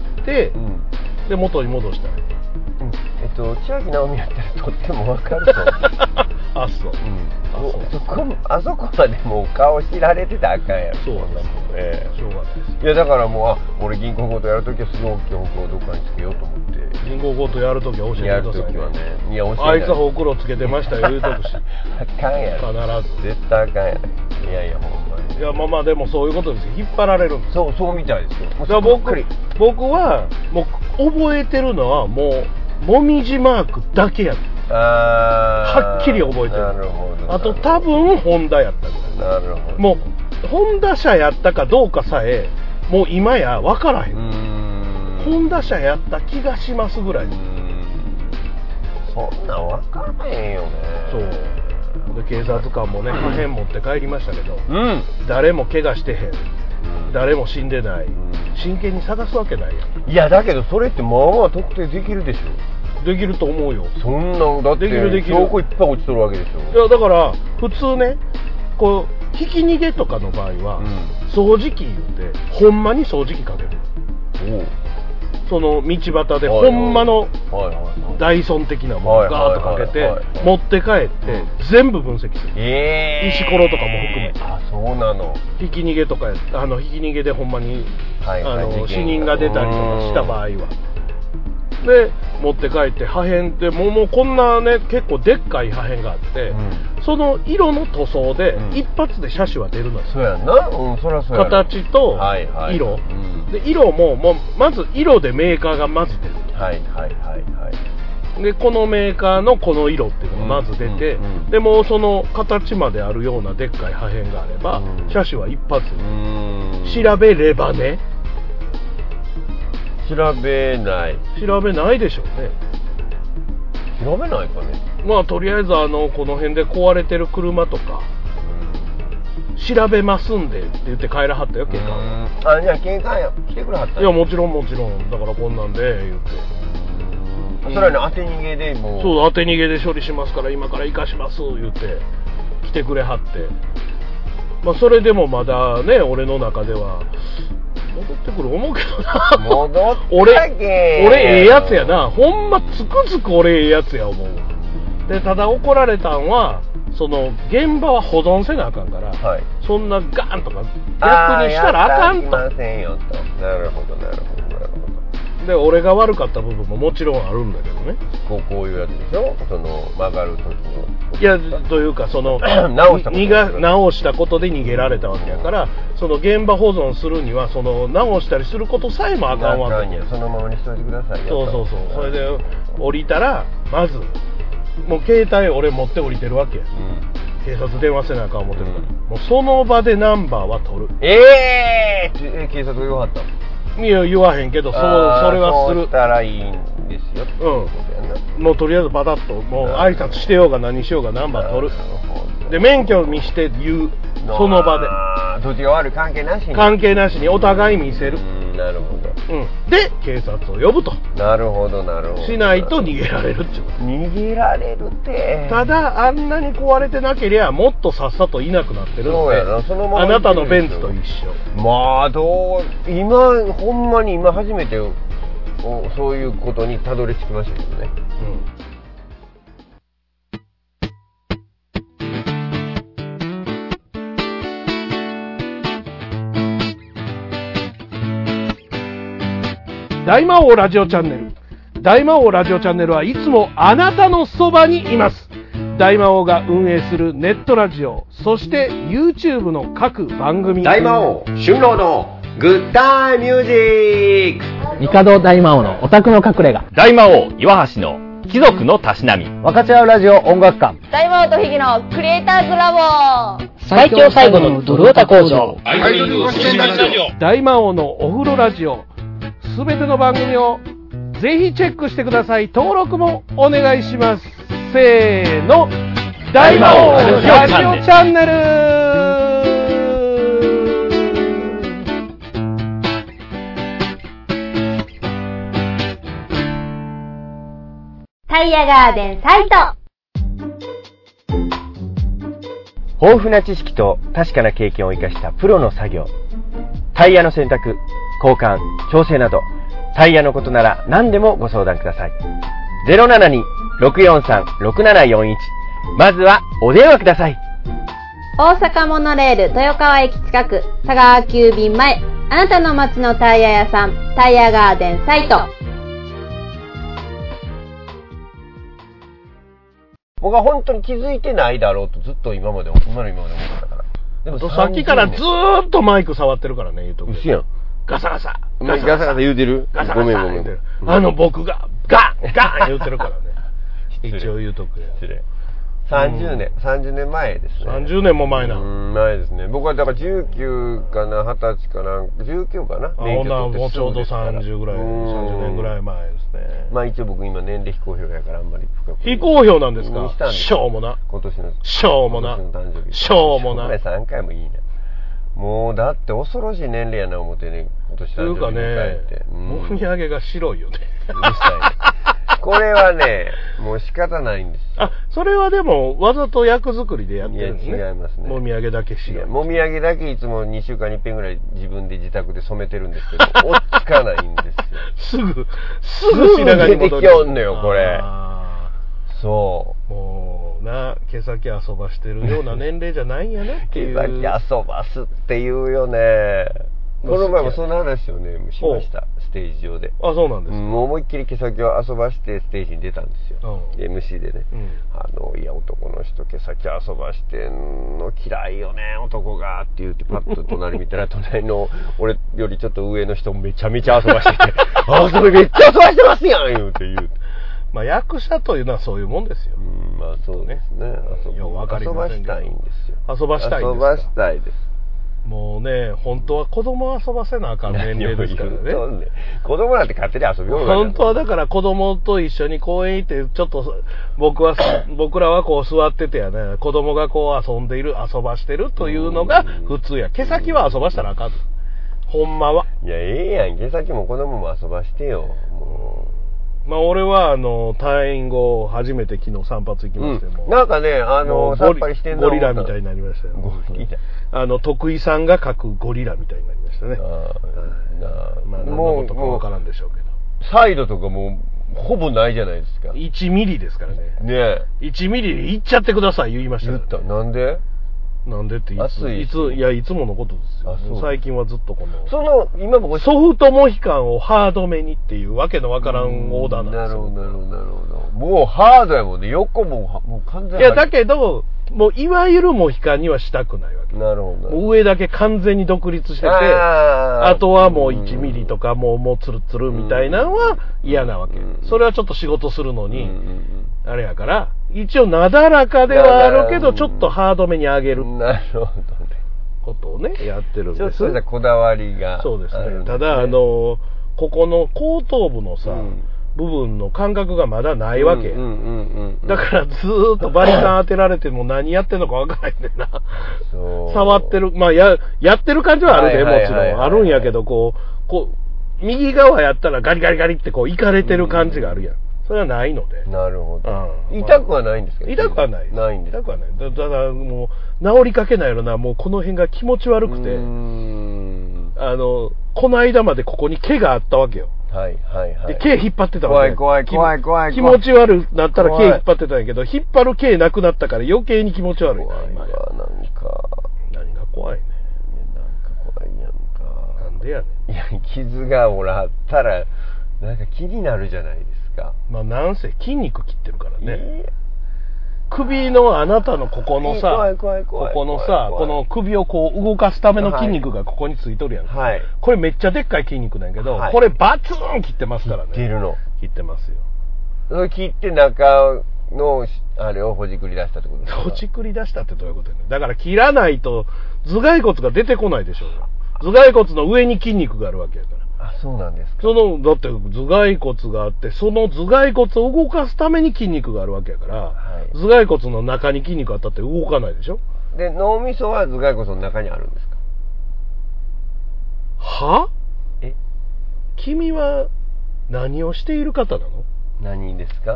S2: で元に戻したらいい。
S1: 千秋直美やったらとっても分かると
S2: あ、そう。
S1: あそこまでもう顔知られてたらあかんやろ。
S2: そうなんです。しょうがないです。
S1: いやだからもう俺銀行強盗やるときはすごい大きいほくろをどっかにつけようと思って。
S2: 銀行強盗やるときは教えてくださいね。
S1: やるときはね。いや教えない。
S2: あいつはほくろつけてましたよ言うとくし。
S1: あかんやろ。
S2: 必ず。
S1: 絶対あかんやろ。いやほんまに。
S2: いやまあでもそういうことですよ。引っ張られるんですよ。
S1: そうみたいですよ。
S2: だから僕はもう覚えてるのはもうもみじマークだけやった。はっきり覚えてる。
S1: なるほど。
S2: あと多分ホンダやったぐらい。
S1: なるほど。
S2: もうホンダ車やったかどうかさえもう今や分からへん。ホンダ車やった気がしますぐらい。
S1: そんなん分からへんよね。
S2: そう。 で警察官もね破片持って帰りましたけど、
S1: うん、
S2: 誰も怪我してへん、誰も死んでない、真剣に探すわけないやん。
S1: いやだけどそれってまあまあ特定できるでしょ。
S2: できると思うよ。
S1: そんなんだって証拠いっぱい落ちとるわけでしょ。
S2: いやだから普通ねこうひき逃げとかの場合は、掃除機言ってほんまに掃除機かける。その道端でほんまのダイソン的なものをガーッとかけて持って帰って全部分析する。石ころとかも含めて。
S1: あ、そうなの。
S2: ひき逃げとかひき逃げでほんまに死人が出たりとかした場合はで持って帰って破片ってもうこんなね結構でっかい破片があって、その色の塗装で一発で車種は出るのよ。
S1: そうやんな、そりゃそうやな。
S2: 形と色、で色もまず色でメーカーがまず出る。でこのメーカーのこの色っていうのがまず出て、でもうその形まであるようなでっかい破片があれば、車種は一発調べればね。調べないでしょうね。
S1: 調べないかね。
S2: まあとりあえずこの辺で壊れてる車とか調べますんでって言って帰らはったよ警官。
S1: じゃあ警官来てくれはった。
S2: いやもちろんだからこんなんで言って。
S1: それはね当て逃げでもう。
S2: そう当て逃げで処理しますから今から生かします言って来てくれはって。まあそれでもまだね俺の中では。戻ってくる思うけどな。
S1: 戻って
S2: 俺ええやつやな。ほんまつくづく俺ええやつや思う。でただ怒られたんはその現場は保存せなあかんから、そんなガーンとか逆にしたらあかんと。
S1: なるほど。
S2: で俺が悪かった部分ももちろんあるんだけどね。
S1: こういうやつでしょ。その曲がる時の。
S2: いやというかその直したことで逃げられたわけやから、その現場保存するにはその直したりすることさえもあかんわけ。
S1: そのままにしといてくださいよ。
S2: そう。それで降りたらまずもう携帯俺持って降りてるわけや。警察電話せなあかん思ってるから、もうその場でナンバーは取る。
S1: 警察が言わはったの？
S2: いや言わへんけどそれはする。
S1: そうしたらいいんですよ。
S2: もうとりあえずバタッともう挨拶してようが何しようがナンバー取る。で免許見して言う。その場で。
S1: どっちが悪い関係なしに
S2: お互い見せる。
S1: なるほど。
S2: で警察を呼ぶと。
S1: なるほど。
S2: しないと逃げられるってこと。
S1: 逃げられるって。
S2: ただあんなに壊れてなけりゃもっとさっさといなくなってるので。
S1: そのまま
S2: あなたのベンツと一緒。
S1: まあほんまに今初めてそういうことにたどり着きましたけどね。
S2: 大魔王ラジオチャンネル。大魔王ラジオチャンネルはいつもあなたのそばにいます。大魔王が運営するネットラジオ、そして YouTube の各番組。
S1: 大魔王春郎のグッタイミュージック。
S3: 帝大魔王のオタクの隠れ家。
S4: 大魔王岩橋の貴族のたしなみ。
S3: 分かち合うラジオ音楽館。
S5: 大魔王とヒゲのクリエイターズラボ。
S3: 最強最後のドルオタ工場。
S2: 大魔王のお風呂ラジオ。すべての番組をぜひチェックしてください。登録もお願いします。せーの、大魔王ラジオチャンネル。
S5: タイヤガーデンサイト。
S1: 豊富な知識と確かな経験を生かしたプロの作業。タイヤの選択、交換、調整など、タイヤのことなら何でもご相談ください。072-643-6741。まずはお電話ください。
S5: 大阪モノレール豊川駅近く、佐川急便前。あなたの街のタイヤ屋さん、タイヤガーデンサイト。
S1: 僕は本当に気づいてないだろうとずっと今まで思ったから。
S2: でもさっきからずーっとマイク触ってるからね、言うとく。
S1: うしやん。
S2: ガサガサ
S1: 言うてる。
S2: ガサガサ言うてる。僕がガン言うてるからね。一応言うとくよ。
S1: 失礼。 30年前ですね。
S2: 30年も前な。
S1: 前ですね。僕はだから19かな、20歳かな、19かな。
S2: 免許取ってもうちょうど30ぐらい、30年ぐらい前ですね。
S1: まあ一応僕今年齢非公表やからあんまり深く。
S2: 非公表なんですか？しょうもな。
S1: 今年の
S2: しょうもな。しょうもな。
S1: 3回もいいな。もうだって恐ろしい年齢やな思ってね、今年誕生日迎えて。
S2: もみあげが白いよね。
S1: うるさい。これはね、もう仕方ないんですよ。
S2: それはでもわざと役作りでやってるんですね。
S1: いや違いますね。
S2: もみあげだけ白い。
S1: もみあげだけいつも2週間に1遍ぐらい自分で自宅で染めてるんですけど、落ち着かないんですよ。
S2: すぐ白髪に戻る。
S1: 出てきおんのよ、これ。そう。
S2: もうな、毛先遊ばしてるような年齢じゃないんやなっていう。
S1: 毛先遊ばすっていうよね。この前もその話をね、しました。ステージ上で。
S2: あ、そうなんですか。
S1: もう思いっきり毛先を遊ばしてステージに出たんですよ。MC でね。いや、男の人毛先遊ばしてんの嫌いよね、男がって言ってパッと隣見たら、隣の俺よりちょっと上の人めちゃめちゃ遊ばしてて、それめっちゃ遊ばしてますやん言うて。
S2: まあ役者というのはそういうもんですよ。
S1: まあそうですね。
S2: ようわかりませんけど。
S1: 遊ばしたいんですよ。
S2: 遊ばしたいんですか。
S1: 遊ばしたいです。
S2: もうね、本当は子供を遊ばせなあかん年齢ですからね。
S1: 子供なんて勝手に遊びようがない。
S2: 本当はだから子供と一緒に公園行って、ちょっと僕らはこう座っててやね、子供がこう遊ばしてるというのが普通や。毛先は遊ばしたらあかん。ほんまは。
S1: いや、ええやん。毛先も子供も遊ばしてよ。もう。
S2: まあ俺は退院後初めて昨日散髪行きましても、
S1: なんかねさっぱりしてんの
S2: ゴリラみたいになりましたよ。
S1: ゴリラ。
S2: 徳井さんが描くゴリラみたいになりましたね。まあ何のことかわからんでしょうけど。
S1: サイドとかもうほぼないじゃないですか。
S2: 1ミリですからね。
S1: ねえ。
S2: 1ミリでいっちゃってください言いましたね。
S1: 言った。なんでってい
S2: つものことですよ。最近はずっと
S1: 今も
S2: ソフトモヒカンをハードめにっていうわけのわからんオーダーなんですよ。
S1: なるほど。もうハードやもんね。横もう完全に。
S2: いやだけどもういわゆるモヒカンにはしたくないわけ。
S1: なるほど。
S2: 上だけ完全に独立してて、あとはもう1ミリとかもうツルツルみたいなのは嫌なわけ。それはちょっと仕事するのにあれやから、一応なだらかではあるけどちょっとハードめに上げる。
S1: なるほどね。
S2: ことをねやってるんです。
S1: ちょっとしたこだわりが。
S2: そうですね。ただここの後頭部のさ、部分の感覚がまだないわけ。だからずーっとバリカン当てられても何やってんのかわからないんだよな。触ってる、まあやってる感じはあるで、もちろんあるんやけど、こう右側やったらガリガリガリってこういかれてる感じがあるやん。それはないので。
S1: なるほど。痛くはないんですか？
S2: 痛くはない。
S1: ないんです。
S2: 痛くはない。だからもう治りかけないよな。もうこの辺が気持ち悪くて、この間までここに毛があったわけよ。で毛引っ張ってたわけ。
S1: 怖い。
S2: 気持ち悪くなったら毛引っ張ってたんやけど、引っ張る毛なくなったから余計に気持ち悪い。
S1: 怖いわ、なんか。
S2: 何が怖いね。
S1: なんか怖いやんか。
S2: なんでやねん。
S1: いや、傷があったらなんか気になるじゃないですか。
S2: まあなんせ筋肉切ってるからね。首のあなたのここのさ、ここのさ、この首をこう動かすための筋肉がここについとるやん。
S1: はい。
S2: これめっちゃでっかい筋肉なんやけど、これバツーン切ってますからね。
S1: 切るの。
S2: 切ってますよ。
S1: それ切って中のあれをほじくり出したってことですか？
S2: ほじくり出したってどういうことやねん。だから切らないと頭蓋骨が出てこないでしょうよ。頭蓋骨の上に筋肉があるわけやから。
S1: あ、そうなんですか。
S2: だって頭蓋骨があって、その頭蓋骨を動かすために筋肉があるわけやから、頭蓋骨の中に筋肉あったって動かないでしょ。
S1: で、脳みそは頭蓋骨の中にあるんですか？
S2: は？君は何をしている方なの？
S1: 何ですか？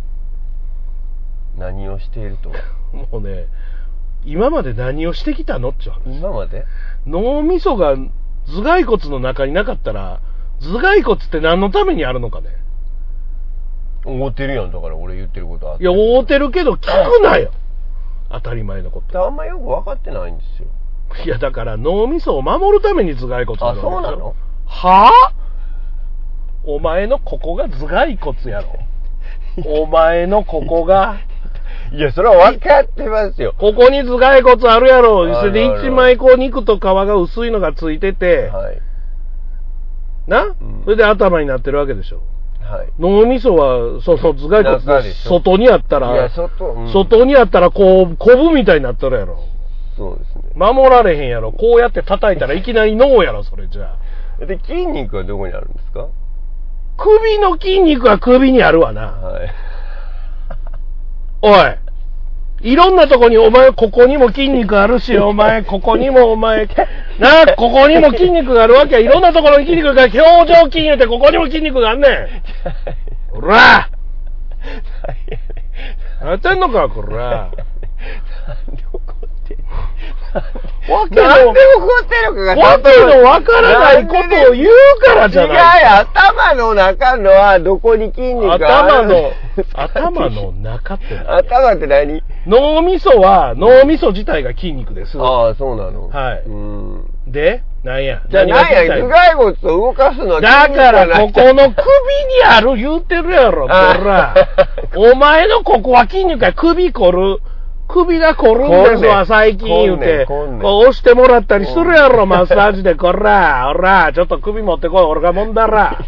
S1: 何をしているとは。
S2: もうね、今まで何をしてきたのって話。
S1: 今まで？
S2: 脳みそが頭蓋骨の中になかったら、頭蓋骨って何のためにあるのかね。
S1: 覆ってるやん。だから俺言ってることは。
S2: いや、覆ってるけど聞くなよ。当たり前のこと。
S1: あんまよく分かってないんですよ。
S2: いや、だから脳みそを守るために頭蓋骨があるわけでしょ。
S1: あ、そうなの？
S2: はぁ？お前のここが頭蓋骨やろ。お前のここが。
S1: いや、それは分かってますよ。
S2: ここに頭蓋骨あるやろ。それで一枚こう肉と皮が薄いのがついてて、
S1: はい。
S2: な、それで頭になってるわけでしょ。 脳みそは、その頭蓋骨の外にあったら、外にあったらこう、コブみたいになっとるやろ。
S1: そうですね。
S2: 守られへんやろ。こうやって叩いたらいきなり脳やろ、それじゃ
S1: あ。で、筋肉はどこにあるんですか？
S2: 首の筋肉は首にあるわな。はい。おい。いろんなとこにお前ここにも筋肉あるし、お前ここにもお前、なあ、ここにも筋肉があるわけや。いろんなところに筋肉が、表情筋言うてここにも筋肉があんねん。ほらやってんのか、こら。
S1: なんで怒ってるかが
S2: わけのわからないことを言うからじゃない。
S1: 違う、頭の中のはどこに筋肉がある？
S2: 頭の中って何？
S1: 頭って何？
S2: 脳みそは、脳みそ自体が筋肉です。
S1: ああ、そうなの。
S2: はい。で、なんや。
S1: じゃあなんや、頭蓋骨を動かすのは
S2: 筋肉じゃない。だから、ここの首にある言うてるやろ、ほら。お前のここは筋肉や、首凝る。首が凝るんですわ、最近言うて。こう押してもらったりするやろ、マッサージで。こら、ほら、ちょっと首持ってこい、俺がもんだら。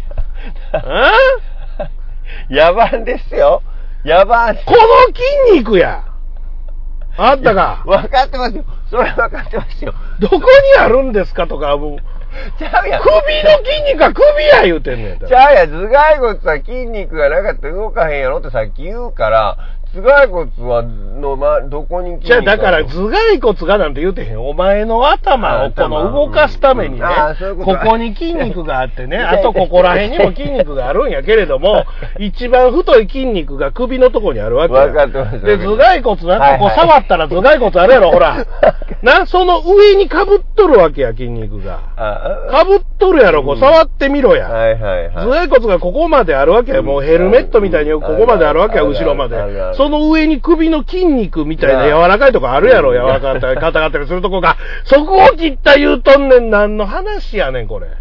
S1: 野蛮ですよ。野蛮。
S2: この筋肉や。あったか。
S1: 分かってますよ。それ分かってますよ。
S2: どこにあるんですかとか、もう。
S1: ちゃうやん。
S2: 首の筋肉は首や言うてんねん。
S1: ちゃうやん。頭蓋骨は筋肉がなかったら動かへんやろってさっき言うから、頭蓋骨はどこに筋肉
S2: じゃあだから頭蓋骨がなんて言うてへん。お前の頭をこの動かすためにね、ここに筋肉があってね、あとここら辺にも筋肉があるんやけれども、一番太い筋肉が首のとこにあるわけや。
S1: 分かってます。
S2: で、頭蓋骨な、ここ触ったら頭蓋骨あるやろ、ほら。な、その上に被っとるわけや、筋肉が。被っとるやろ、こう触ってみろや。頭蓋骨がここまであるわけや。もうヘルメットみたいにここまであるわけや、後ろまで。その上に首の筋肉みたいな柔らかいとこあるやろ、柔らかかったり硬かったりするとこが。そこを切った言うとんねん。何の話やねん、これ。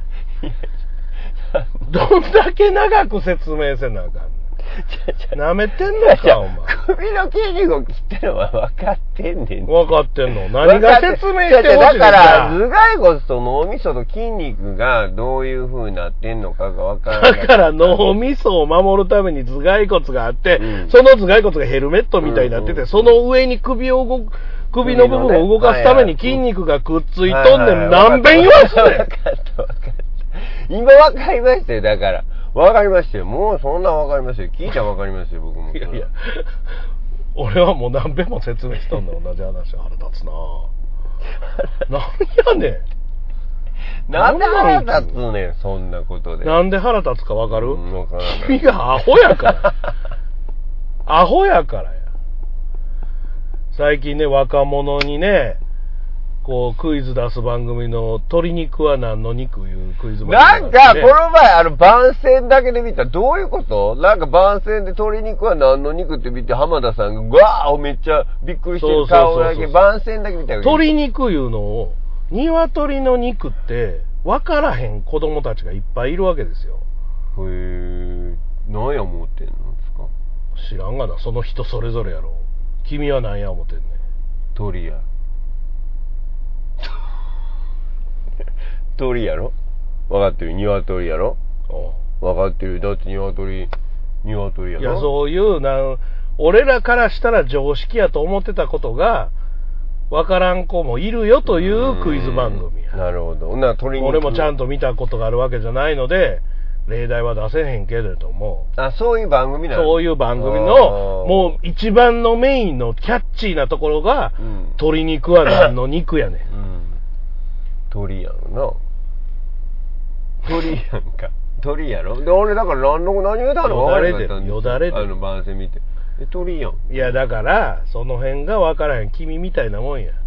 S2: どんだけ長く説明せなあかん。舐めてんのか、お前。
S1: 首の筋肉を切ってるのは分かってんねん。
S2: 分かってんの？何が説明してほしいんだ。
S1: だから、頭蓋骨と脳みそと筋肉がどういう風になってんのかが分からない。
S2: だから脳みそを守るために頭蓋骨があって、その頭蓋骨がヘルメットみたいになってて、その上に首の部分を動かすために筋肉がくっついとんねん。何遍言わすねん。
S1: 分かった。今分かりましたよ、だから。わかりましたよ。もうそんなんわかりますよ。聞いたらわかりますよ、僕も。
S2: いやいや。俺はもう何遍も説明したんだ、同じ話。腹立つな何やね
S1: ん。なんで腹立つねん、そんなことで。
S2: なんで腹立つかわかる？
S1: わからない。
S2: 君がアホやから。アホやからや。最近ね、若者にね、こうクイズ出す番組の鶏肉は何の肉いうクイズ番組、
S1: なんかこの前番宣だけで見た。どういうこと？なんか番宣で鶏肉は何の肉って見て浜田さんがわーめっちゃびっくりしてる顔だけ番宣だけ見た。
S2: 鶏肉いうのを鶏の肉って分からへん子供たちがいっぱいいるわけですよ。
S1: へえ。何や思ってんのですか？
S2: 知らんがな。その人それぞれやろ。君は何や思ってんねん。
S1: 鳥や。鳥やろ？分かってる。鶏やろ？分かってる。だって鶏やろ？い
S2: や、そういう俺らからしたら常識やと思ってたことが分からん子もいるよというクイズ番組や。
S1: なるほど。
S2: 俺もちゃんと見たことがあるわけじゃないので例題は出せへんけれども。
S1: あ、そういう番組なの？
S2: そういう番組のもう一番のメインのキャッチーなところが、鶏肉は何の肉やねん。
S1: 鳥やろな。鳥やんか。鳥やろ。で、俺だから何言うたの？
S2: よだれてる。よだれてる。
S1: 番宣見て。鳥やん。
S2: いや、だから、その辺が分からへん。君みたいなもんや。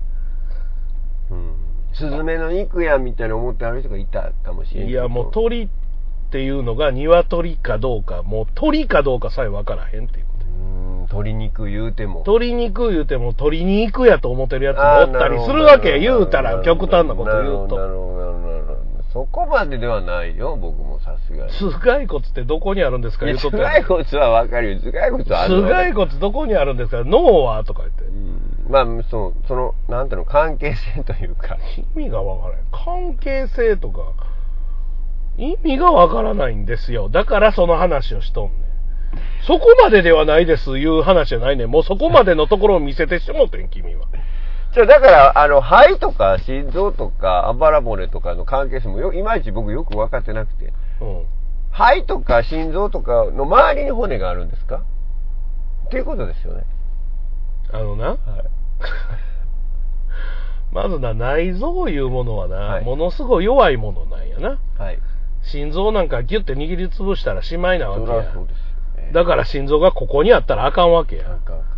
S1: スズメの肉やみたいな思ってある人がいたかもしれない。
S2: いや、もう鳥っていうのが鶏かどうか、もう鳥かどうかさえ分からへんっていうこと。
S1: 鶏肉言うても
S2: 鶏肉やと思ってるやつもおったりするわけ。言うたら極端なこと言うと。
S1: なるほど。そこまでではないよ、僕もさすがに。
S2: 頭蓋骨ってどこにあるんですか？
S1: 頭蓋骨はわかるよ。頭蓋骨はある。
S2: 頭蓋骨どこにあるんですか？脳はとか言って。
S1: まあ、その、なんていうの、関係性というか。
S2: 意味がわからない。関係性とか。 意味がわからないんですよ。だからその話をしとんねん。そこまでではないですいう話じゃないねん。もうそこまでのところを見せてしもてん、君は。
S1: だから肺とか心臓とかあばら骨とかの関係性もいまいち僕よく分かってなくて、肺とか心臓とかの周りに骨があるんですかっていうことですよね。
S2: はい、まず内臓いうものははい、ものすごい弱いものなんやな、はい、心臓なんかギュッて握りつぶしたらしまいなわけや。そうですよね。だから心臓がここにあったらあかんわけや。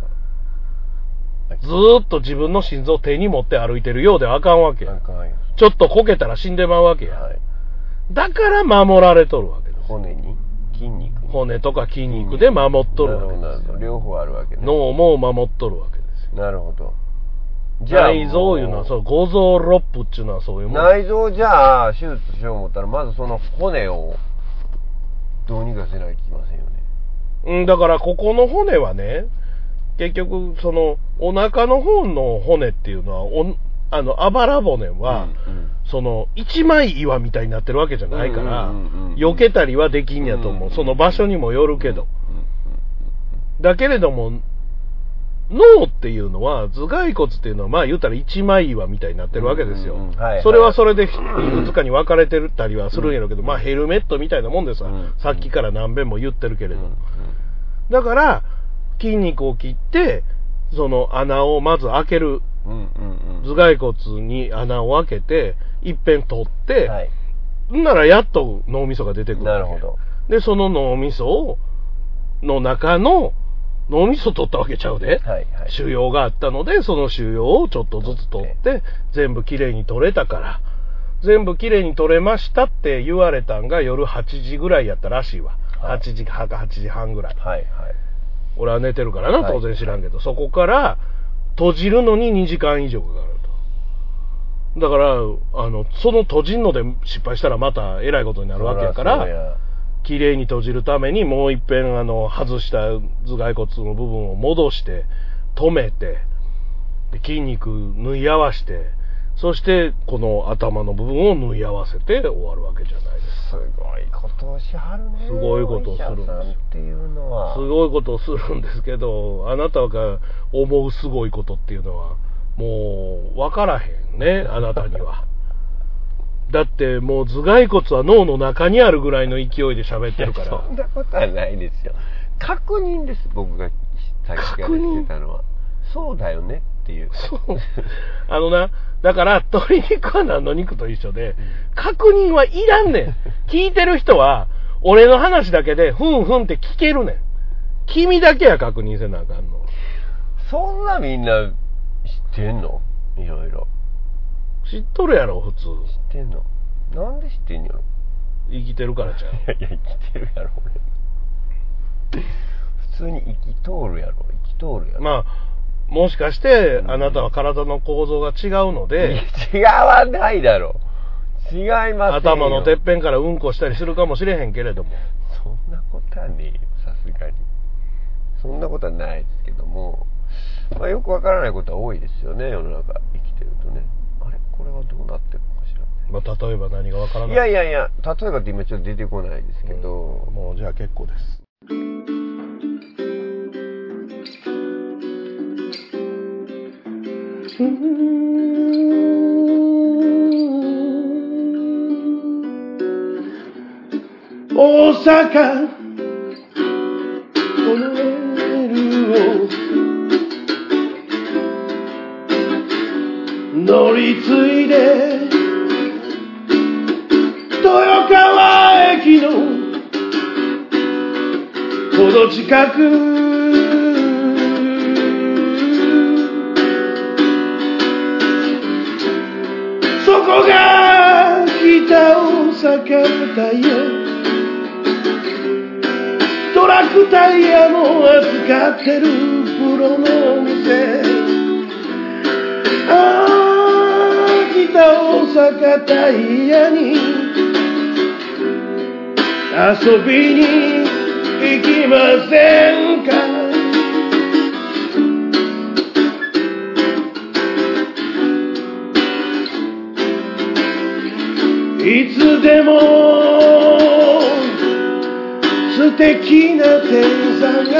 S2: ずーっと自分の心臓を手に持って歩いてるようではあかんわけや。ちょっとこけたら死んでまうわけや、はい、だから守られとるわけです。
S1: 骨に筋肉、
S2: 骨とか筋肉で守っとるわけです。
S1: なるほど、両方あるわけです。
S2: 脳も守っとるわけですよ。
S1: なるほど。
S2: じゃあ内臓いうのはそう、五臓六腑っていうのはそういうもん。
S1: 内臓じゃあ手術しよう思ったらまずその骨をどうにかせないといけませんよね。
S2: だからここの骨はね、結局そのお腹の方の骨っていうのはあばら骨は、その一枚岩みたいになってるわけじゃないから、避けたりはできんやと思う。その場所にもよるけど、だけれども脳っていうのは、頭蓋骨っていうのはまあ言うたら一枚岩みたいになってるわけですよ。それはそれでいくつかに分かれてたりはするんやろうけど、まあヘルメットみたいなもんですわ。さっきから何遍も言ってるけれど、だから筋肉を切ってその穴をまず開ける、頭蓋骨に穴を開けて一遍取って、はい、ならやっと脳みそが出てくるわけ。なるほど。でその脳みその中の脳みそ取ったわけちゃうで、はいはい、腫瘍があったのでその腫瘍をちょっとずつ取って全部きれいに取れたから、全部きれいに取れましたって言われたんが夜8時ぐらいやったらしいわ、はい、8時半ぐらい、はいはい、俺は寝てるからな、当然知らんけど、はい、そこから閉じるのに2時間以上かかると。だからその閉じんので失敗したらまたえらいことになるわけやから、きれいに閉じるためにもう一遍外した頭蓋骨の部分を戻して止めて、で筋肉縫い合わせて、そしてこの頭の部分を縫い合わせて終わるわけじゃないです。
S1: すごいことをしはるね。
S2: すごいことをするんですよ。
S1: っていうのは
S2: すごいことをするんですけど、あなたが思うすごいことっていうのはもう分からへんね、あなたには。だってもう頭蓋骨は脳の中にあるぐらいの勢いで喋ってるから。
S1: そんなことはないですよ。確認です、僕がさっきから言ってたのは。そうだよねっていう。
S2: そうだから鶏肉は何の肉と一緒で、確認はいらんねん。聞いてる人は俺の話だけでふんふんって聞けるねん。君だけや確認せなあかんの。
S1: そんなみんな知ってんの？いろいろ
S2: 知っとるやろ普通。知
S1: ってんの？なんで知ってんやろ？
S2: 生きてるからちゃう。
S1: いや生きてるやろ俺。普通に生き通るやろ。
S2: まあもしかしてあなたは体の構造が違うので、
S1: 違わないだろう。違いますよ。
S2: 頭のてっぺんからうんこしたりするかもしれへんけれども、
S1: そんなことはねえよ、さすがに。そんなことはないですけども、まあ、よくわからないことは多いですよね、世の中生きてるとね。あれこれはどうなってるのかしら、
S2: まあ、例えば何がわからない。
S1: いや例えばって今ちょっと出てこないですけど、
S2: もうじゃあ結構です。大阪モノレールを乗り継いで豊川駅のほど近く、そこが北大阪タイヤ、トラックタイヤも扱ってるプロのお店、北大阪タイヤに遊びに行きませんか。いつでも的な天才が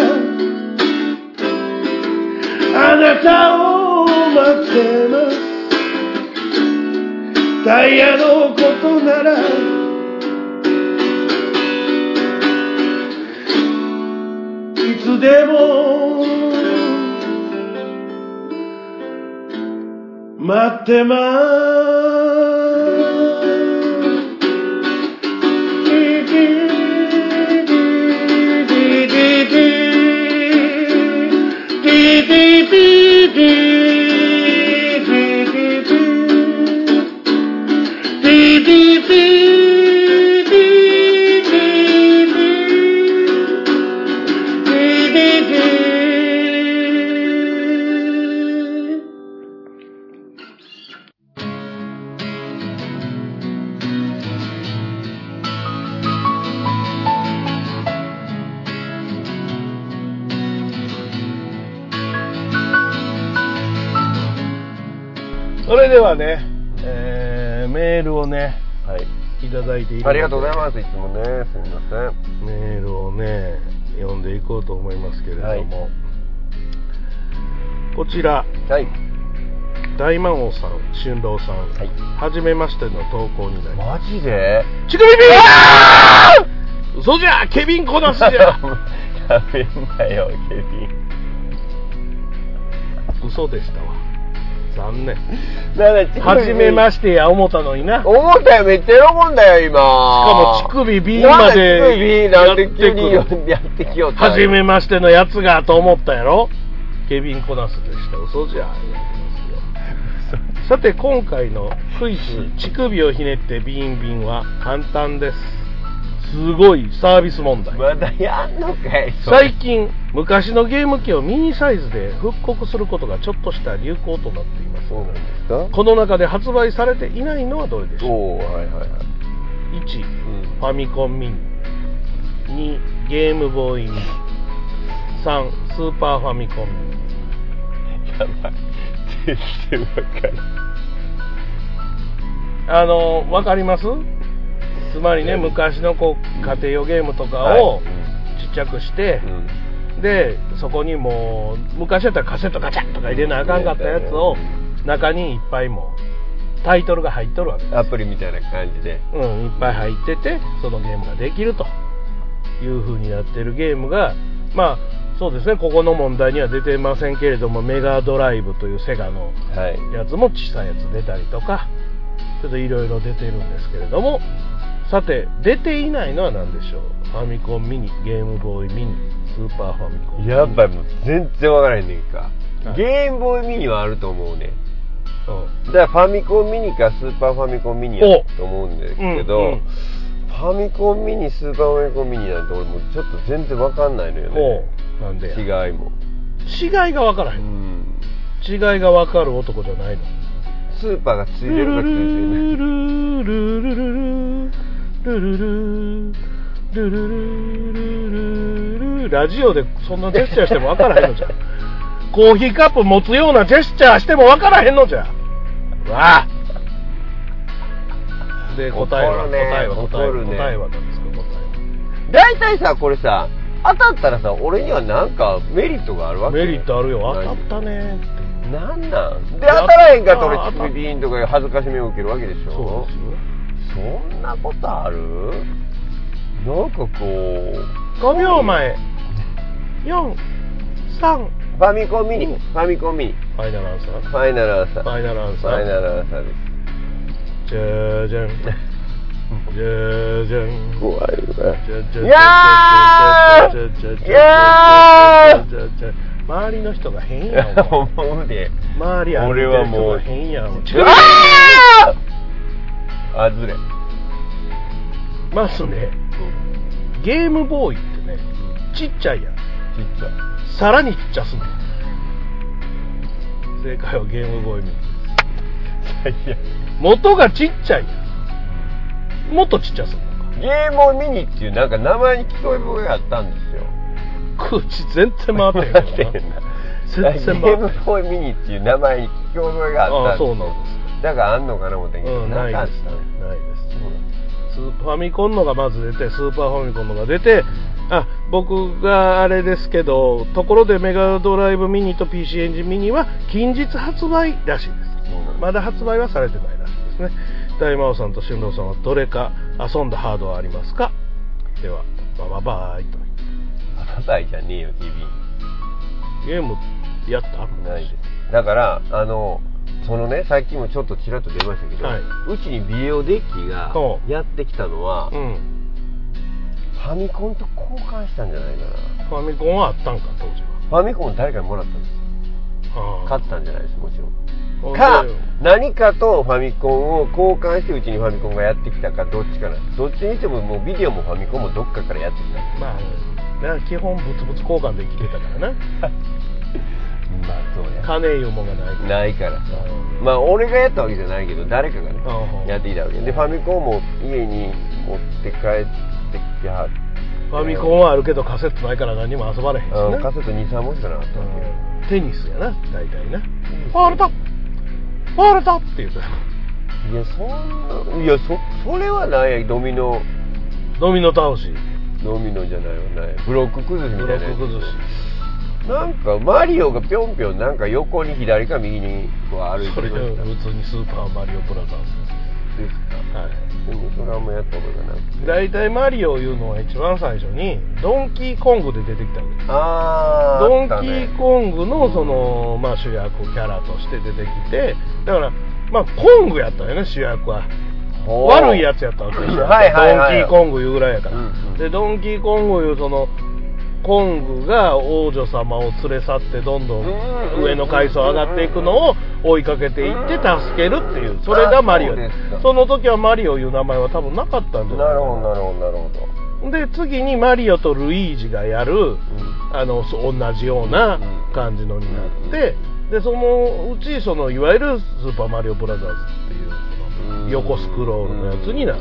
S2: あなたを待ってます。タイヤのことならいつでも待ってます。それではね、メールをね、はい、いただいているので、
S1: ありがとうございます。いつもね、すみません。
S2: メールをね、読んでいこうと思いますけれども、はい、こちら、はい、大魔王さん、春郎さん、はい、はじめましての投稿になります。
S1: マジで？
S2: チクビビー！嘘じゃ、ケビンコナスじゃ。
S1: ダメだよ、ケビン。
S2: 嘘でしたわ。残念。はじめましてや思ったのにな。
S1: 思ったよ、めっちゃ喜んだよ今。
S2: しかも乳首 B まで
S1: なんで急にやってきよった。
S2: はじめましてのやつがと思ったやろ。ケビンコナスでした。嘘じゃ。さて今回のクイズ乳首をひねってビンビンは簡単です。すごいサービス問題。
S1: まだやんのかい。
S2: 最近昔のゲーム機をミニサイズで復刻することがちょっとした流行となっています。
S1: そうなんですか。
S2: この中で発売されていないのはどれでしょう。
S1: おー、はいはいはい。
S2: 1、ファミコンミニ。2、ゲームボーイミニ。3、スーパーファミコンミニ。
S1: やばい、全然わか
S2: る。わかります？つまりね、昔のこう家庭用ゲームとかをちっちゃくして、でそこにもう昔だったらカセットガチャンとか入れなあかんかったやつを中にいっぱいもうタイトルが入っとるわけです。
S1: アプリみたいな感じで、
S2: いっぱい入っててそのゲームができるという風になってるゲームが、まあそうですね、ここの問題には出てませんけれども、メガドライブというセガのやつも小さいやつ出たりとか、ちょっといろいろ出てるんですけれども、さて出ていないのは何でしょう。ファミコンミニ、ゲームボーイミニ、スーパーファミコンミニ。
S1: やっぱりもう全然わからへんねんか、はい、ゲームボーイミニはあると思うね。だからファミコンミニかスーパーファミコンミニやと思うんですけど、ファミコンミニ、スーパーファミコンミニなんて俺もちょっと全然わかんないのよね。
S2: なんで？
S1: 違いも。
S2: 違いがわからへん。違いがわかる男じゃないの。
S1: スーパーがついてるかついて
S2: ない。ラジオでそんなジェスチャーしてもわからへんのじゃ。コーヒーカップ持つようなジェスチャーしてもわからへんのじゃ。わあ。で答えは何ですか？答えは
S1: 大体さ、これさ当たったらさ、俺にはなんかメリットがあるわけ。
S2: メリットあるよ。当たったねって。
S1: なんで当たらへんかったら俺乳首ビーンとか恥ずかしめを受けるわけでしょ。
S2: そうですよ。
S1: そんなことある？なんかこう
S2: 5秒前4、3。
S1: ファミコンミニ、ファミコンミニ。
S2: ファイナルアンサー。
S1: ファイナルアンサー。
S2: ファイナルアンサー。
S1: ファイナルアンサーです。
S2: じゃーじゃん。じゃーじゃん。
S1: 怖いわ。
S2: いやー。いやー。周りの人が変やん。
S1: 思うで。
S2: 周り歩いてる人が変やん。
S1: あずれ。
S2: まずね、ゲームボーイってね、ちっちゃいやん。
S1: ちっちゃい。
S2: さらにちっちゃすんねん。正解はゲームボーイミニ。元がちっちゃいやん。もっとちっちゃすんのか。
S1: ゲームボーイミニっていうなんか名前に聞こえる声があったんですよ。
S2: 口全然回ってへんな。全然回ってへん。
S1: ゲームボーイミニっていう名前に聞こえる声があったんですよ。
S2: そうなんです。
S1: だからあんのかな思ってんけど、
S2: ないですね。ないです。ファミコンのがまず出て、スーパーファミコンのが出て、 僕があれですけど、ところでメガドライブミニと PC エンジンミニは近日発売らしいです。まだ発売はされてないらしいですね。大魔王さんと俊郎さんはどれか遊んだハードはありますか？ではバイと。
S1: ババイじゃねえよ、君。
S2: ゲームやった？
S1: ないです。だからそのね、さっきもちょっとちらっと出ましたけど、はい、うちにビデオデッキがやってきたのは、ファミコンと交換したんじゃないかな。
S2: ファミコンはあったんか、当時は。
S1: ファミコン誰かにもらったんです。買ったんじゃないです、もちろん。か、何かとファミコンを交換してうちにファミコンがやってきたか、どっちかな。どっちにしてももうビデオもファミコンもどっかからやってきた。
S2: まあ、基本物々交換で生きてたからな。
S1: まあそうや。
S2: 金いうもんがない
S1: からさ。まあ俺がやったわけじゃないけど、誰かがね、やってきたわけで、ファミコンも家に持って帰ってきてはって。
S2: ファミコンはあるけどカセットないから何も遊ばれへんしね。
S1: カセット 2,3 文字かなかったわ
S2: け。テニスやな、大体な。ファールだファールだって言うて。
S1: いや、それはないや。ドミノ
S2: 倒し。
S1: ドミノじゃないわね。ブロック崩しみたいなやつ。
S2: ブロック崩し。
S1: なんかマリオがぴょんぴょんなんか横に左か右にこう歩いてました。
S2: それが普通にスーパーマリオブラザーズ
S1: ですか。はい。でもそれはもうやったことがなくて。
S2: 大体マリオいうのは一番最初にドンキーコングで出てきたわけです。ドンキーコングのその、まあ、主役キャラとして出てきて、だからまあコングやったよね、主役は。悪いやつやったわけですよ。はいはいはい、ドンキーコングいうぐらいやから、でドンキーコングいうそのコングが王女様を連れ去ってどんどん上の階層上がっていくのを追いかけていって助けるっていう、それがマリオです。その時はマリオいう名前は多分なかったんじゃないかな。
S1: なるほど。
S2: で次にマリオとルイージがやる、同じような感じのになって、でそのうちそのいわゆるスーパーマリオブラザーズっていう横スクロールのやつになったん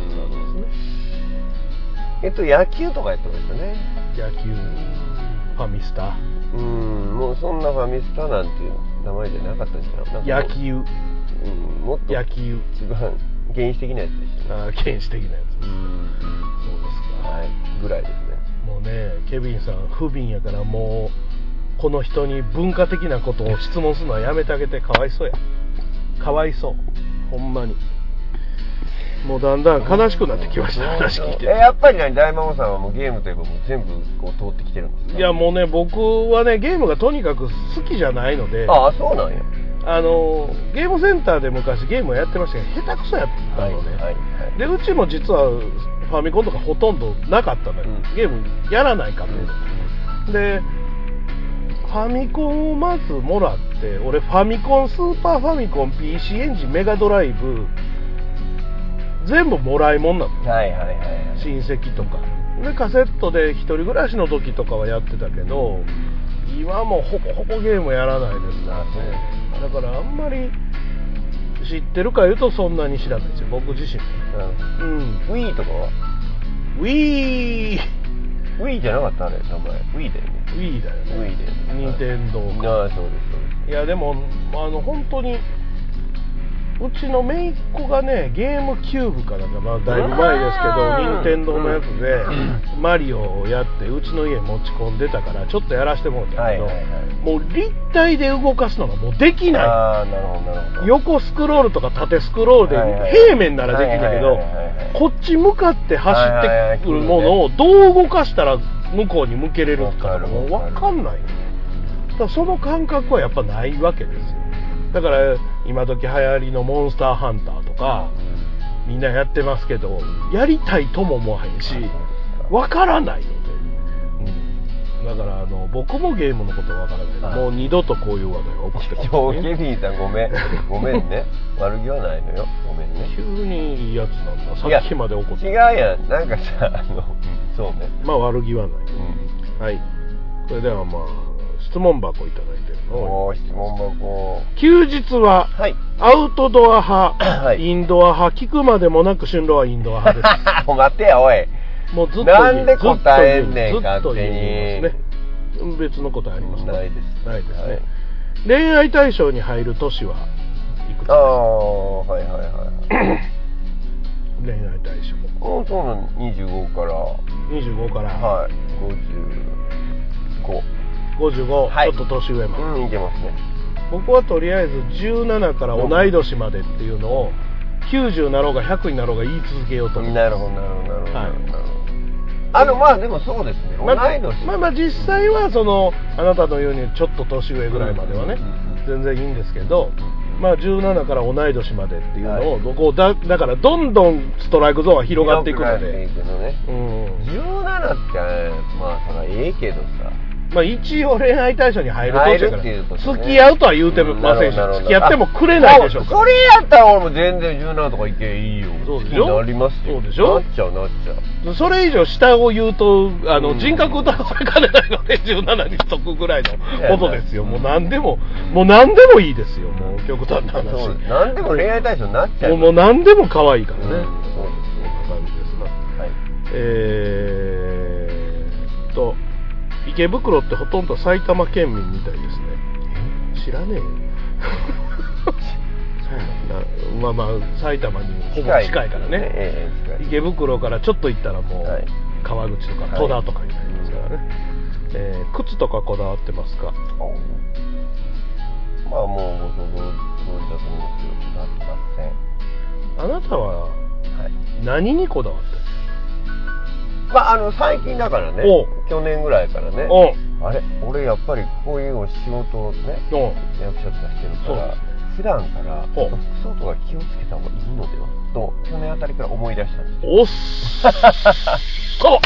S2: ですね。
S1: 野球とかやってましたね。
S2: 野球、ファミスタ。
S1: もうそんなファミスタなんていう名前じゃなかったんじゃない。
S2: 野球。
S1: もっと
S2: 野球。
S1: 一番原始的なやつでしたね。
S2: 原始的なやつ。そうですか。
S1: はい。ぐらいですね。
S2: もうね、ケビンさん不憫やからもうこの人に文化的なことを質問するのはやめてあげて。かわいそうや。かわいそう。ほんまに。もうだんだん悲しくなってきました、話聞いて。
S1: やっぱり大魔王さんはもうゲームといえばもう全部こう通ってきてるんですか？
S2: いやもうね、僕はねゲームがとにかく好きじゃないので。
S1: ああ、そうなんや。
S2: ゲームセンターで昔ゲームをやってましたけど下手くそやったので、でうちも実はファミコンとかほとんどなかったのよ、ゲームやらないから、でファミコンをまずもらって、俺ファミコン、スーパーファミコン、 PC エンジン、メガドライブ全部もらいもんなの、親戚とかで。カセットで一人暮らしの時とかはやってたけど、今もほぼほぼゲームやらないですね。だからあんまり知ってるか言うとそんなに知らないですよ、僕自身。
S1: Wii とかは？
S2: Wii
S1: じゃなかったあれ、名前。Wii だよね。
S2: Wii だよね。任天堂か。
S1: そうです。
S2: いやでも本当にうちの姪っ子がね、ゲームキューブかなんか、まあだいぶ前ですけど、任天堂のやつでマリオをやってうちの家持ち込んでたからちょっとやらせてもらったけど、もう立体で動かすのがもうできない。横スクロールとか縦スクロールで平面ならできるけど、こっち向かって走ってくるものをどう動かしたら向こうに向けれるかもう分かんない。だからその感覚はやっぱないわけですよ。だから今時流行りのモンスターハンターとかみんなやってますけど、やりたいとも思わへんしわからないので、だから僕もゲームのことわからない。もう二度とこういう話題を起こしてこない。
S1: ケビンさんごめんね。悪気はないのよ。ごめんね。
S2: 急にいいやつなんだ。さっきまで怒って。
S1: 違うやん。なんかさそうね。
S2: まあ悪気はない。はい。それではまあ質問箱いただいてるの。
S1: 質問箱。
S2: 休日はアウトドア派、インドア派、聞くまでもなく春郎はインドア派です。
S1: 待ってやおい。
S2: もうずっと
S1: なんで答えんねん、勝手に。
S2: 別の答えありますか？
S1: ないです。
S2: ないですね。恋愛対象に入る年はいくつですか？恋愛対象。
S1: そうなの、25から。
S2: 25から。
S1: はい。
S2: 55、
S1: はい、
S2: ちょっと年上まで。
S1: いけますね。
S2: 僕はとりあえず17から同い年までっていうのを90になろうが100になろうが言い続けようと思って。
S1: なるほど。まあでもそうですね。同い年。
S2: まあ実際はあなたのようにちょっと年上ぐらいまではね、全然いいんですけど、まあ17から同い年までっていうのを、こうだからどんどんストライクゾーンは広がっていくので。
S1: 17ってまあええけどさ。
S2: まあ一応恋愛対象に入るとから付き合うとは言うてませんし、付き合ってもくれないでしょうから。
S1: それやったら俺も全然17とかいけいいよ。
S2: そうでしょ。
S1: なりますよ。
S2: そうでしょ。
S1: なっちゃう。
S2: それ以上下を言うと人格疑われかねないので17にしとくぐらいのことですよ。もう何でもいいですよ。もう極端な話。
S1: 何でも恋愛対象になっちゃう。
S2: もう何でも可愛いからね。そうです。そんな感じですな。はい。池袋ってほとんど埼玉県民みたいですね。知らねえよ。そうなんだ。まあ埼玉にほぼ近いからね。池袋からちょっと行ったらもう川口とか戸田とかになりますからね。靴とかこだわってますか？
S1: まあもうご想像通りだと思うんですけど、こだわってません。
S2: あなたは何にこだわってる？
S1: まあ最近だからね、去年ぐらいからね、あれ俺やっぱりこういうお仕事をね、役者とかしてるから、普段から服装とか気をつけた方がいいのではと去年あたりから思い出したんですよ。
S2: おっそう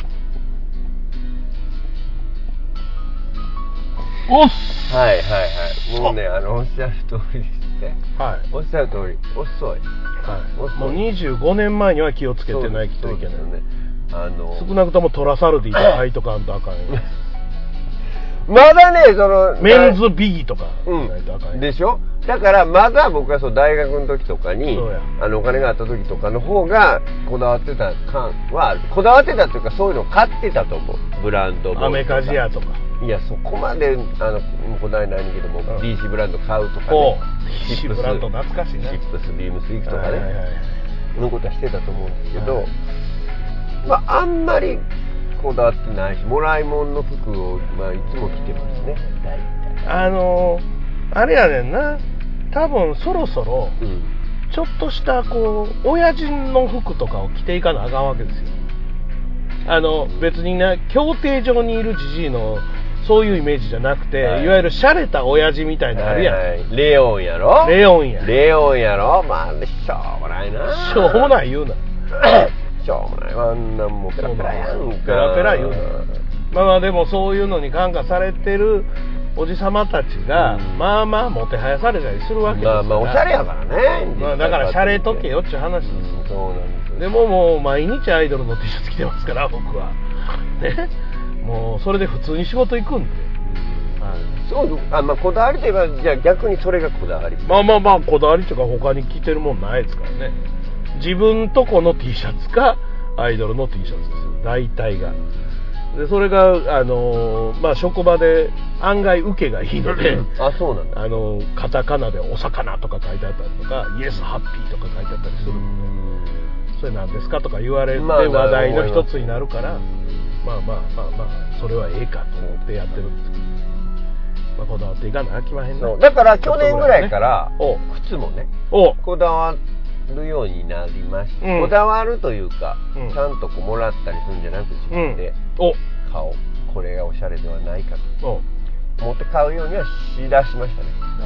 S2: おっ
S1: はいもうねおっしゃる通りですね。おっしゃる通り遅い。
S2: もう25年前には気をつけてないといけないよね。少なくともトラサルディとか履いとかんとあかんよ。
S1: まだね
S2: メンズビギとかないとあかんよ。
S1: でしょ。だからまだ僕は大学の時とかにお金があった時とかの方がこだわってた感はこだわってたというかそういうの買ってたと思う。ブランド
S2: アメカジアとか。
S1: いやそこまでこだわりないんだけども、DC ブランド買うとかね。
S2: DC ブランド懐かしいな。
S1: シップスビームスイークとかねのことはしてたと思うんですけど。まあ、あんまりこだわってないし、もらい物の服を、まあ、いつも着てますね、大体。
S2: あれやねんな、多分そろそろ、ちょっとした親父の服とかを着ていかなあかんわけですよ。別にね、競艇場にいるジジイのそういうイメージじゃなくて、いわゆる洒落た親父みたいなのあるやん。
S1: レオンやろ。
S2: レオンやまあしょうもないな。 しょうもない言うな。
S1: しょうもない。あんなんもペラペラやんか。
S2: ペラペラ言うな。まあでもそういうのに感化されてるおじさまたちが、まあまあもてはやされたりするわけですから。
S1: まあおしゃれやからね。
S2: まあだからシャレとけよっていう話です。
S1: そうなんです。
S2: でももう毎日アイドルの T シャツ着てますから僕は。ね。もうそれで普通に仕事行くんで。
S1: そうまあこだわりといえばじゃあ逆にそれがこだわり。
S2: まあこだわりというか他に着てるもんないですからね。自分とこの T シャツかアイドルの T シャツですよ大体が。でそれがまあ職場で案外受けがいいので
S1: そうなんだ。
S2: カタカナでお魚とか書いてあったりとかイエスハッピーとか書いてあったりするのでそれ何ですかとか言われて話題の一つになるからまあそれはええかと思ってやってるんですけど、まあ、こだわっていかなあきまへんね。
S1: だから去年ぐらいから靴もねこだわるようになりました。こだわるというか、ちゃんともらったりするんじゃなく自分で買おう、これがおしゃれではないかと思って買うようにはしだしましたね。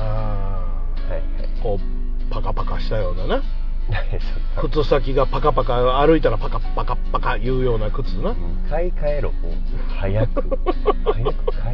S2: こうパカパカしたようなな靴先がパカパカ歩いたらパカパカパカ言うような靴な。
S1: 買い替えろもう早く買い替えろ。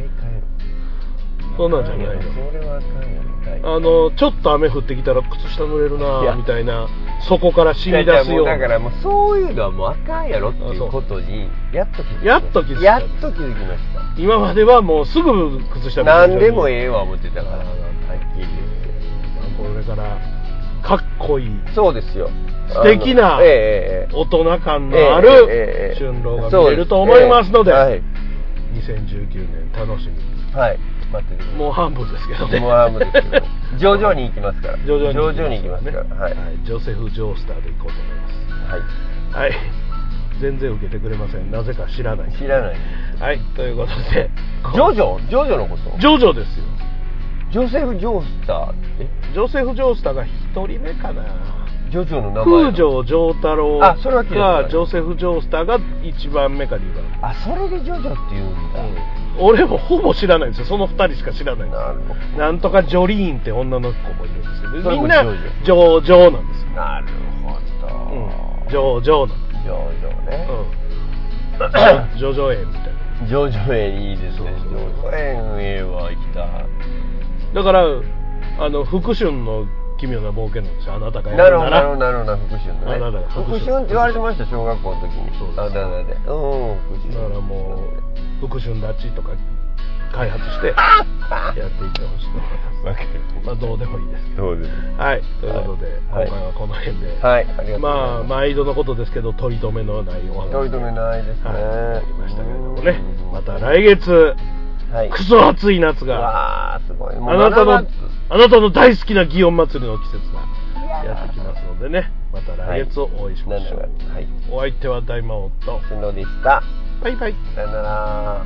S2: そうなんじゃないの。
S1: それはあかんや
S2: ろ。ちょっと雨降ってきたら靴下濡れるなみたいなそこから染み出すような。
S1: だからもうそういうのはもうあかんやろっていうことにやっと気づきました。
S2: 今まではもうすぐ靴下
S1: 何でもええわ思ってたからはっきり言って
S2: これからかっこいい
S1: そうですよ
S2: 素敵な大人感のある春郎が見れると思いますので、2019年楽しみに待っててください。もう半分ですけどね。もう半分ですけど徐々に行きますから。徐々に行きますから。ジョセフ・ジョースターで行こうと思います。はい。全然受けてくれません。なぜか知らない。 はい、ということで。
S1: ジョジョのこと？
S2: ジョジョですよ。
S1: ジョセフ・ジョースターって
S2: ジョセフ・ジョースターが一人目かな。
S1: ジョジョの名前。
S2: 空城城太郎
S1: がジ
S2: ョセフ・ジョースターが一番目か2番。
S1: あ、それでジョジョって言うんだ。
S2: 俺もほぼ知らないんですよ。その2人しか知らないんですよ。
S1: なるほど。
S2: なんとかジョリーンって女の子もいるんですけど、みんなジョジョなんですよ。
S1: なるほど。
S2: ジョジョなんです。
S1: ジョジョね。
S2: ジョジョ園みたいな。
S1: ジョジョ園いいですね。ジョジョ園は行きたい。
S2: だから福春の奇妙な冒険なんですよ。あなたがやるなら。
S1: なるほど、福春のね。福春って言われてました、小学校の時に。あだ名で。
S2: だからもう福春立ちとか開発してやっていってほしいと思います。まあどうでもいいです。
S1: そうです。
S2: はい、ということで、今回はこの辺で。
S1: はい、ありがとうございます。
S2: まあ毎度のことですけど、取り留めのないお話。
S1: 取り留めないですね。
S2: ありましたけれどもね。また来月。クソ暑い夏が。
S1: わー、すごい。
S2: あなたの大好きな祇園祭りの季節がやってきますのでね。また来月お会いしましょう。お相手は大魔王と
S1: 俊郎でした。
S2: バイバイ。
S1: さよなら。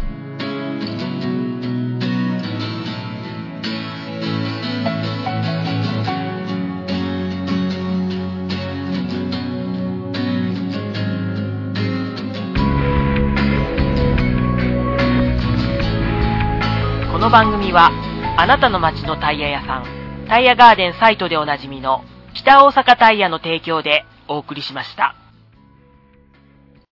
S6: この番組はあなたの街のタイヤ屋さんタイヤガーデンサイトでおなじみの北大阪タイヤの提供でお送りしました。